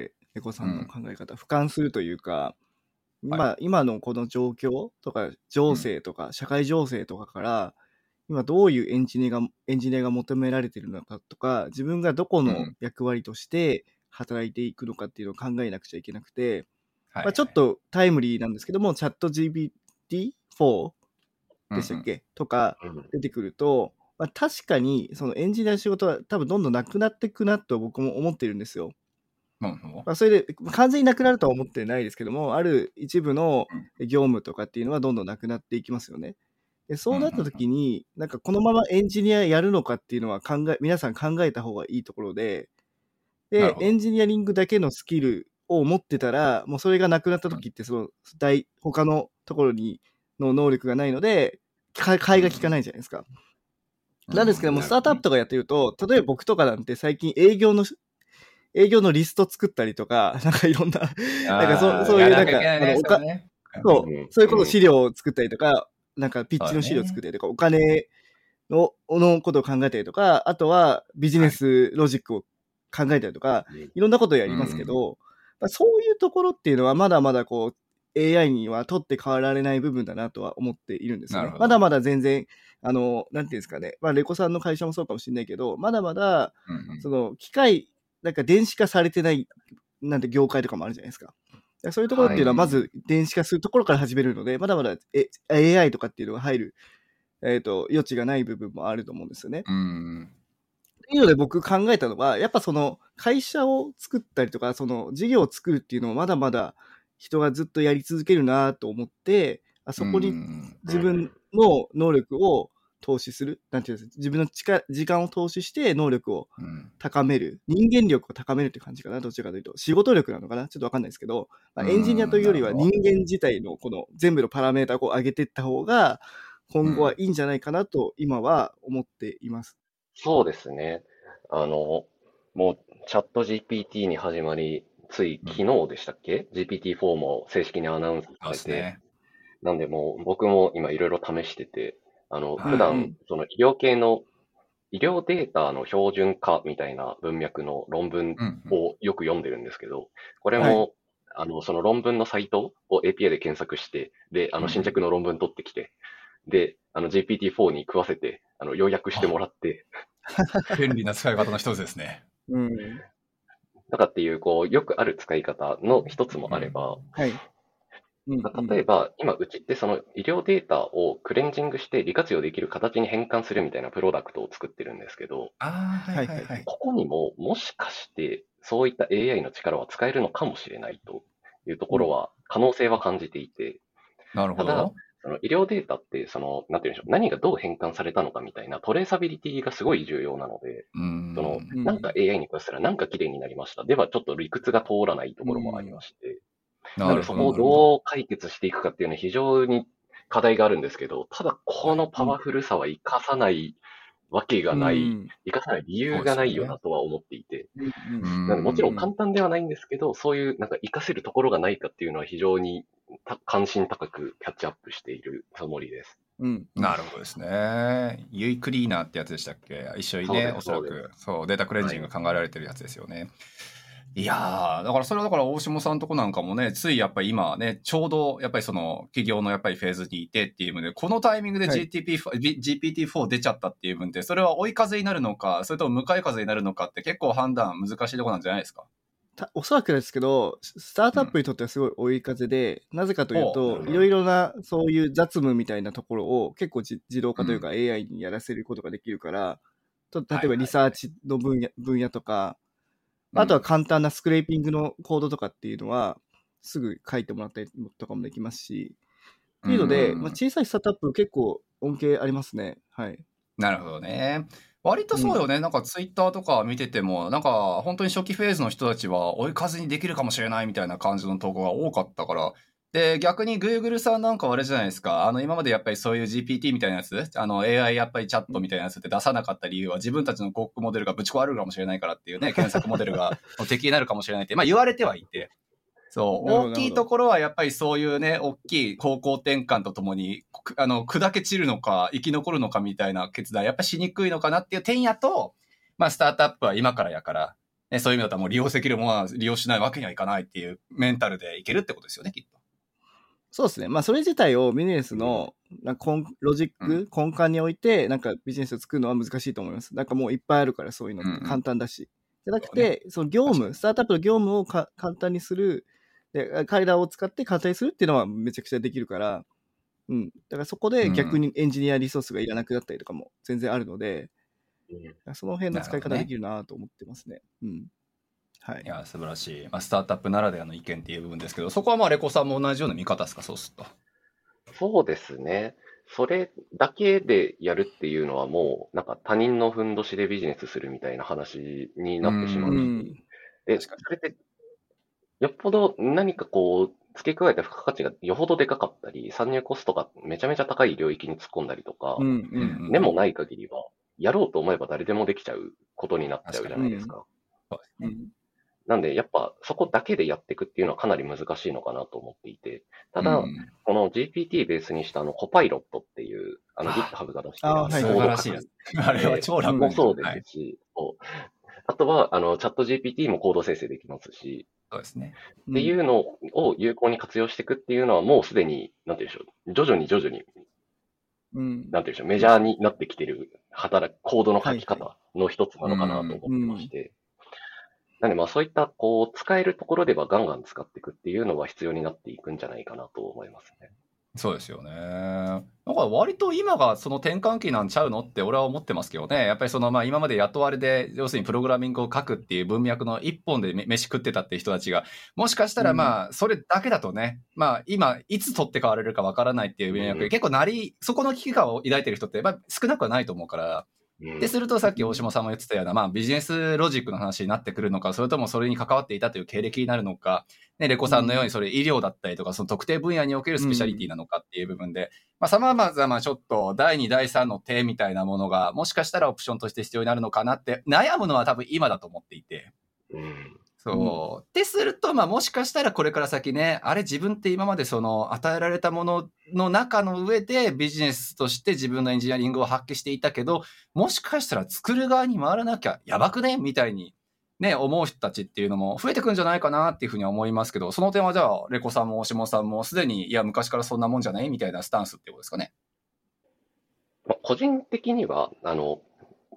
猫さんの考え方、俯瞰するというか、今のこの状況とか情勢とか社会情勢とかから、今どういうエンジニアが求められているのかとか、自分がどこの役割として働いていくのかっていうのを考えなくちゃいけなくて、ちょっとタイムリーなんですけども、チャット GPT4 でしたっけ、とか出てくると、確かにそのエンジニアの仕事は多分どんどんなくなっていくなと僕も思ってるんですよ。それで完全になくなるとは思ってないですけども、ある一部の業務とかっていうのはどんどんなくなっていきますよね。でそうなった時に、なんかこのままエンジニアやるのかっていうのは皆さん考えた方がいいところで、エンジニアリングだけのスキルを持ってたら、もうそれがなくなった時って他のところの能力がないので、買いが利かないじゃないですか。なんですけども、スタートアップとかやってると、例えば僕とかなんて最近営業のリスト作ったりとか、なんかいろんな、なんかそういうなんか、そういうこと資料を作ったりとか、なんかピッチの資料を作ったりとか、お金のことを考えたりとか、あとはビジネスロジックを考えたりとか、いろんなことをやりますけど、そういうところっていうのはまだまだこう AI には取って代わられない部分だなとは思っているんですよね。まだまだ全然なんていうんですかね、レコさんの会社もそうかもしれないけど、まだまだその機械なんか電子化されてないなんて業界とかもあるじゃないですか。そういうところっていうのはまず電子化するところから始めるので、まだまだ AI とかっていうのが入る、余地がない部分もあると思うんですよね。っていうので僕考えたのは、やっぱその会社を作ったりとか、その事業を作るっていうのをまだまだ人がずっとやり続けるなと思って、そこに自分の能力を投資する、なんていうんですか、自分の時間を投資して能力を高める、人間力を高めるって感じかな、どちらかというと。仕事力なのかな、ちょっとわかんないですけど、エンジニアというよりは人間自体のこの全部のパラメータを上げていった方が、今後はいいんじゃないかなと今は思っています。 そうですね。もうチャット GPT に始まり、つい昨日でしたっけ、GPT-4 も正式にアナウンスされて、なんでもう僕も今いろいろ試してて、普段、その医療系の、医療データの標準化みたいな文脈の論文をよく読んでるんですけど、これも、その論文のサイトを API で検索して、で、新着の論文取ってきて、で、GPT-4 に食わせて、要約してもらって。 便利な使い方の一つですね。 とかっていう、よくある使い方の一つもあれば、 はい。 例えば、今、うちってその医療データをクレンジングして利活用できる形に変換するみたいなプロダクトを作ってるんですけど、 はいはいはい。 ここにももしかしてそういった AI の力は使えるのかもしれないというところは、可能性は感じていて、 なるほただ、 ど。 その医療データって、なんていうんでしょう、何がどう変換されたのかみたいなトレーサビリティがすごい重要なので、なんか AI にこうしたらなんか綺麗になりました。ではちょっと理屈が通らないところもありまして、なのでそこをどう解決していくかっていうのは非常に課題があるんですけど、ただこのパワフルさは活かさないわけがない、活かさない理由がないよなとは思っていて、なのでもちろん簡単ではないんですけど、そういうなんか活かせるところがないかっていうのは非常に関心高くキャッチアップしているつもりです。 なるほどですね。ユイクリーナーってやつでしたっけ？一緒にね、おそらくそうデータクレンジング考えられてるやつですよね。いやー、だからそれはだから大下さんとこなんかもね、ついやっぱり今ね、ちょうどやっぱりその企業のやっぱりフェーズにいてっていうので、このタイミングで GPT-4 出ちゃったっていう分で、それは追い風になるのか、それとも向かい風になるのかって結構判断難しいところなんじゃないですか？ おそらくですけど、スタートアップにとってはすごい追い風で、なぜかというと、いろいろなそういう雑務みたいなところを結構自動化というか AI にやらせることができるから、例えばリサーチの分野とか、あとは簡単なスクレーピングのコードとかっていうのは、すぐ書いてもらったりとかもできますし、っていうので、小さいスタートアップ結構恩恵ありますね。はい。 なるほどね。割とそうよね。なんかツイッターとか見てても、なんか本当に初期フェーズの人たちは追い風にできるかもしれないみたいな感じの投稿が多かったから。で、逆に Google さんなんかはあれじゃないですか。今までやっぱりそういう GPT みたいなやつ、AI やっぱりチャットみたいなやつって出さなかった理由は自分たちの広告モデルがぶち壊れるかもしれないからっていうね、検索モデルが敵になるかもしれないって、まあ言われてはいて。そう、大きいところはやっぱりそういうね、大きい方向転換とともに、砕け散るのか、生き残るのかみたいな決断、やっぱしにくいのかなっていう点やと、まあ、スタートアップは今からやから、ね、そういう意味だったらもう利用できるものは利用しないわけにはいかないっていうメンタルでいけるってことですよね、きっと。 そうですね。まあ、それ自体をビジネスのロジック、根幹において、なんかビジネスを作るのは難しいと思います。なんかもういっぱいあるから、そういうのって簡単だし。じゃなくて、その業務、スタートアップの業務を簡単にする、で、彼らを使って簡単にするっていうのはめちゃくちゃできるから、だからそこで逆にエンジニアリソースがいらなくなったりとかも全然あるので、その辺の使い方できるなと思ってますね。はい。 いや、素晴らしい。スタートアップならではの意見っていう部分ですけど、そこはまあレコさんも同じような見方ですか、そうすると。 そうですね。それだけでやるっていうのはもう、なんか他人のふんどしでビジネスするみたいな話になってしまうし、それってよっぽど何か付け加えた付加価値がよほどでかかったり、参入コストがめちゃめちゃ高い領域に突っ込んだりとか、でもない限りは、やろうと思えば誰でもできちゃうことになっちゃうじゃないですか。なんで、やっぱそこだけでやっていくっていうのはかなり難しいのかなと思っていて、ただ、この GPT ベースにしたコパイロットっていう、GitHub が出している素晴らしいです。あれは超楽もそうですし、あとは、チャット GPT もコード生成できますし、 そうですね。 っていうのを有効に活用していくっていうのはもうすでに、なんていうんでしょう、徐々に、なんていうんでしょう、メジャーになってきてるコードの書き方の一つなのかなと思ってまして、なのでそういった使えるところではガンガン使っていくっていうのは必要になっていくんじゃないかなと思いますね。 そうですよね。だから割と今がその転換期なんちゃうのって俺は思ってますけどね。やっぱり今まで雇われで、要するにプログラミングを書くっていう文脈の一本で飯食ってたっていう人たちが、もしかしたらそれだけだとね、今、いつ取って代われるかわからないっていう文脈、結構そこの危機感を抱いてる人って少なくはないと思うから、でするとさっき大島さんも言ってたような、ビジネスロジックの話になってくるのか、それともそれに関わっていたという経歴になるのか、ね、レコさんのようにそれ医療だったりとか、その特定分野におけるスペシャリティなのかっていう部分で、様々ちょっと第2、第3の手みたいなものが、もしかしたらオプションとして必要になるのかなって、悩むのは多分今だと思っていて。そう。ってすると、もしかしたらこれから先ね、自分って今まで与えられたものの中の上でビジネスとして自分のエンジニアリングを発揮していたけど、もしかしたら作る側に回らなきゃやばくねみたいにね、思う人たちっていうのも増えてくるんじゃないかなっていうふうには思いますけど、その点はじゃあ、レコさんも下さんもすでに、いや、昔からそんなもんじゃないみたいなスタンスってことですかね。 個人的には、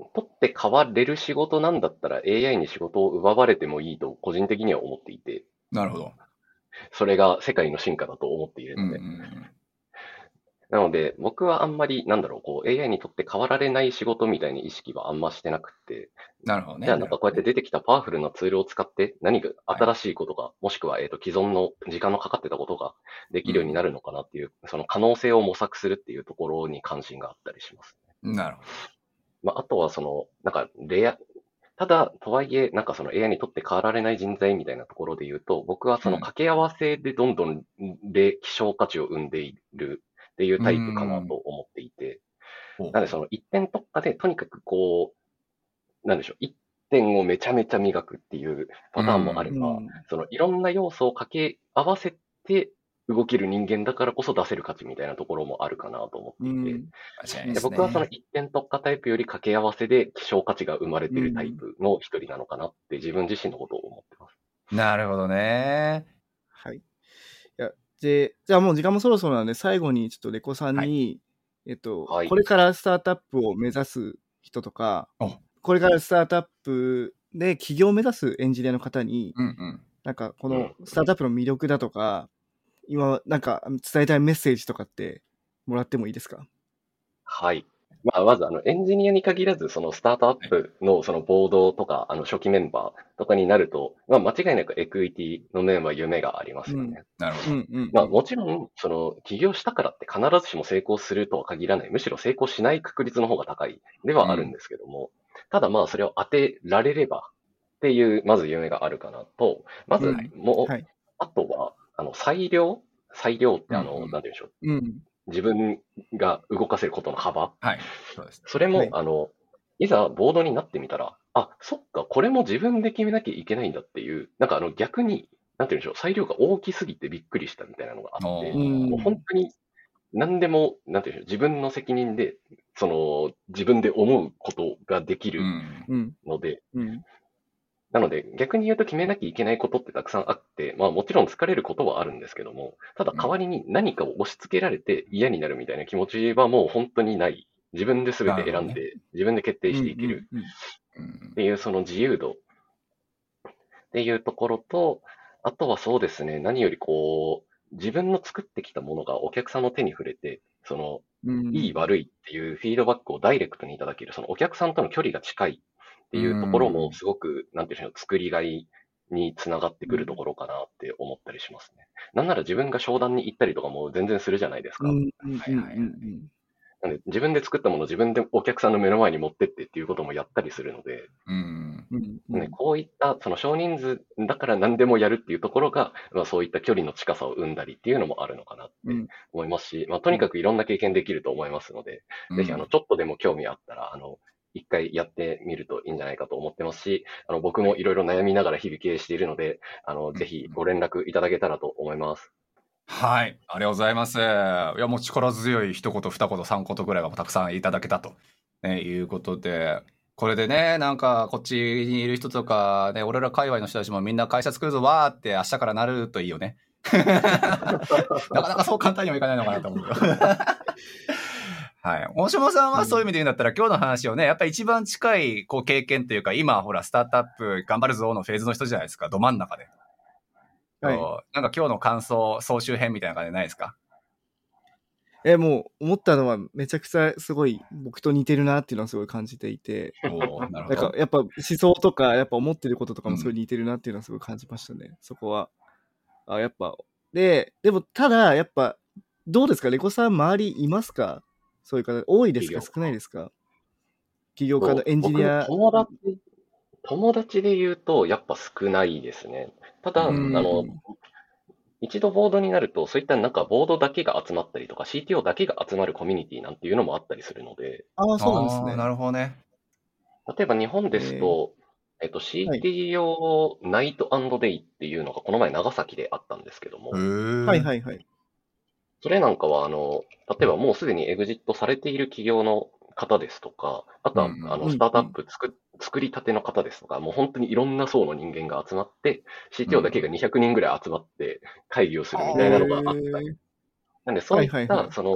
取って代われる仕事なんだったら AI に仕事を奪われてもいいと個人的には思っていて、 なるほど。 それが世界の進化だと思っているので。なので、僕はあんまり、AI にとって変わられない仕事みたいな意識はあんましてなくて、 なるほどね。 じゃあこうやって出てきたパワフルなツールを使って何か新しいことが、もしくは既存の時間のかかってたことができるようになるのかなっていう、その可能性を模索するっていうところに関心があったりします。 なるほど。あとはただ、とはいえ、その AI にとって変わられない人材みたいなところで言うと、僕はその掛け合わせでどんどん希少価値を生んでいるっていうタイプかなと思っていて、なのでその一点特化でとにかく一点をめちゃめちゃ磨くっていうパターンもあれば、そのいろんな要素を掛け合わせて動ける人間だからこそ出せる価値みたいなところもあるかなと思っていて、で僕はその一点特化タイプより掛け合わせで希少価値が生まれているタイプの一人なのかなって自分自身のことを思ってます。 なるほどね。 はい。じゃあもう時間もそろそろなんで、最後にちょっとレコさんに、これからスタートアップを目指す人とか、これからスタートアップで起業を目指すエンジニアの方に、このスタートアップの魅力だとか、今伝えたいメッセージとかってもらってもいいですか？ はい。まずエンジニアに限らず、そのスタートアップのそのボードとか、初期メンバーとかになると、間違いなくエクイティの面は夢がありますよね。 なるほど。 もちろん、起業したからって必ずしも成功するとは限らない。むしろ成功しない確率の方が高いではあるんですけども、ただそれを当てられればっていう、まず夢があるかなと、まず、あとは、裁量ってなんて言うんでしょう。自分が動かせることの幅。それも、いざボードになってみたら、そっか、これも自分で決めなきゃいけないんだっていう、逆に、なんて言うんでしょう、裁量が大きすぎてびっくりしたみたいなのがあって、もう本当に何でも、なんて言うんでしょう、自分の責任で、自分で思うことができるので、なので、逆に言うと決めなきゃいけないことってたくさんあって、もちろん疲れることはあるんですけども、ただ代わりに何かを押し付けられて嫌になるみたいな気持ちはもう本当にない。自分で全て選んで、自分で決定していけるっていうその自由度っていうところと、あとはそうですね、何より自分の作ってきたものがお客さんの手に触れて、いい悪いっていうフィードバックをダイレクトにいただける、そのお客さんとの距離が近いっていうところもすごく、なんていうんでしょう、作りがいにつながってくるところかなって思ったりしますね。なんなら自分が商談に行ったりとかも全然するじゃないですか。なので自分で作ったものを自分でお客さんの目の前に持ってってっていうこともやったりするので、こういったその少人数だから何でもやるっていうところが、そういった距離の近さを生んだりっていうのもあるのかなって思いますし、とにかくいろんな経験できると思いますので、ぜひちょっとでも興味あったら、一回やってみるといいんじゃないかと思ってますし、僕もいろいろ悩みながら日々経営しているので、ぜひご連絡いただけたらと思います。 はい、ありがとうございます。いや、もう力強い一言、二言、三言ぐらいはたくさんいただけたと、いうことで、これでね、こっちにいる人とか、ね、俺ら界隈の人たちもみんな会社作るぞ、わーって明日からなるといいよね。なかなかそう簡単にはいかないのかなと思うけど。はい。大島さんはそういう意味で言うんだったら、今日の話をね、やっぱり一番近い経験というか、今ほら、スタートアップ頑張るぞのフェーズの人じゃないですか、ど真ん中で。今日の感想、総集編みたいな感じでないですか？ もう思ったのはめちゃくちゃすごい僕と似てるなっていうのはすごい感じていて、やっぱ思想とかやっぱ思ってることとかもすごい似てるなっていうのはすごい感じましたね。そこはやっぱでもただやっぱどうですか、レコさん周りいますか？そういう方多いですか少ないですか？起業家のエンジニア。 友達で言うとやっぱ少ないですね。ただ一度ボードになると、そういったボードだけが集まったりとか、CTO だけが集まるコミュニティなんていうのもあったりするので。 そうなんですね。 なるほどね。 例えば日本ですと、CTO ナイト&デイっていうのがこの前長崎であったんですけども。それなんかは、例えばもうすでにエグジットされている企業の方ですとか、あとは、スタートアップ作りたての方ですとか、もう本当にいろんな層の人間が集まって、CTO だけが200人ぐらい集まって会議をするみたいなのがあったり。なんで、そういった、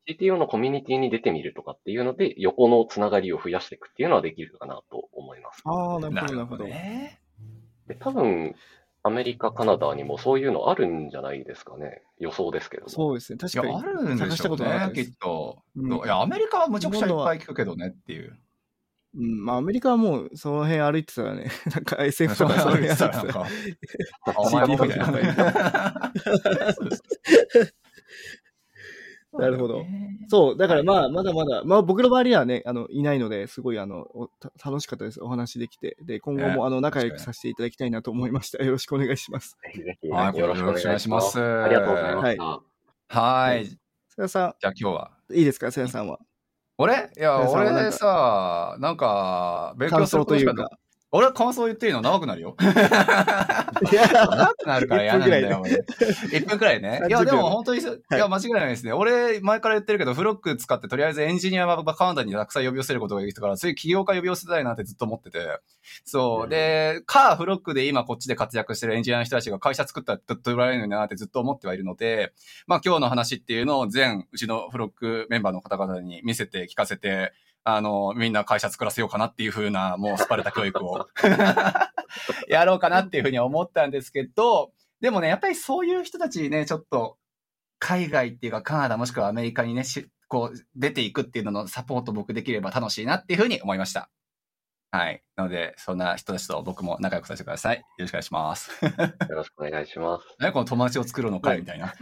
CTO のコミュニティに出てみるとかっていうので、横のつながりを増やしていくっていうのはできるかなと思います。 ああ、なるほど、なるほど。 で、多分、アメリカ、カナダにもそういうのあるんじゃないですかね。予想ですけども。 そうですね。確かに。 あるんでしょうね、きっと。いや、アメリカはむちゃくちゃいっぱい聞くけどねっていう。 まあ、アメリカはもうその辺歩いてたらね、なんか SF とかその辺歩いてたら、CTO みたいな。なるほど。そう、だからまあ、まだまだ、まあ僕の周りにはね、いないので、すごい楽しかったです。お話できて。で、今後も仲良くさせていただきたいなと思いました。よろしくお願いします。 ぜひ、よろしくお願いします。 ありがとうございました。 はい。 さやさん。 じゃあ今日は。 いいですか、さやさんは。 俺さ、なんか、勉強することしか俺は感想言っていいの長くなるよ。長くなるから嫌なんだよ。1分くらいね。いや、でも本当に、いや、間違いないですね。俺、前から言ってるけど、フロック使ってとりあえずエンジニアはカナダにたくさん呼び寄せることができたから、そういう起業家呼び寄せたいなってずっと思ってて。そう。で、フロックで今こっちで活躍してるエンジニアの人たちが会社作ったらどっと売られるのになってずっと思ってはいるので、まあ今日の話っていうのをうちのフロックメンバーの方々に見せて聞かせて、みんな会社作らせようかなっていう風な、もうスパルタ教育をやろうかなっていう風に思ったんですけど、でもね、やっぱりそういう人たちね、ちょっと海外っていうかカナダもしくはアメリカにね、こう出ていくっていうののサポート僕できれば楽しいなっていう風に思いました。はい。なので、そんな人たちと僕も仲良くさせてください。よろしくお願いします。 よろしくお願いします。 この友達を作るのかいみたいな。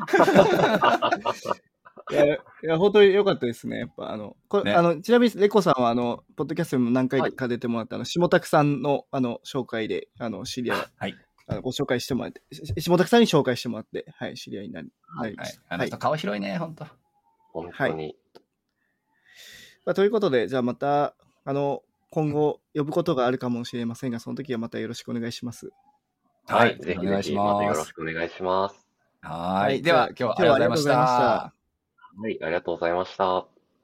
いや、本当に良かったですね。やっぱちなみに、レコさんは、ポッドキャストにも何回か出てもらった、下拓さんの、紹介で、知り合い、はい。ご紹介してもらって、下拓さんに紹介してもらって、はい、知り合いになりました。 はい。顔広いね、本当に。 まあ、ということで、じゃあまた、今後、呼ぶことがあるかもしれませんが、その時はまたよろしくお願いします。 はい、ぜひぜひ、またよろしくお願いします。 はい。では、今日はありがとうございました。 はい、ありがとうございました。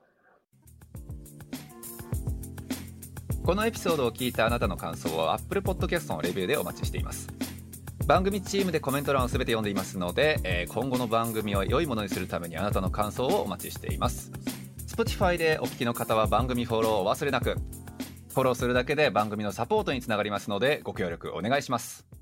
このエピソードを聞いたあなたの感想を Apple Podcast のレビューでお待ちしています。番組チームでコメント欄をすべて読んでいますので、今後の番組を良いものにするためにあなたの感想をお待ちしています。Spotify でお聞きの方は番組フォローをお忘れなく。フォローするだけで番組のサポートにつながりますのでご協力お願いします。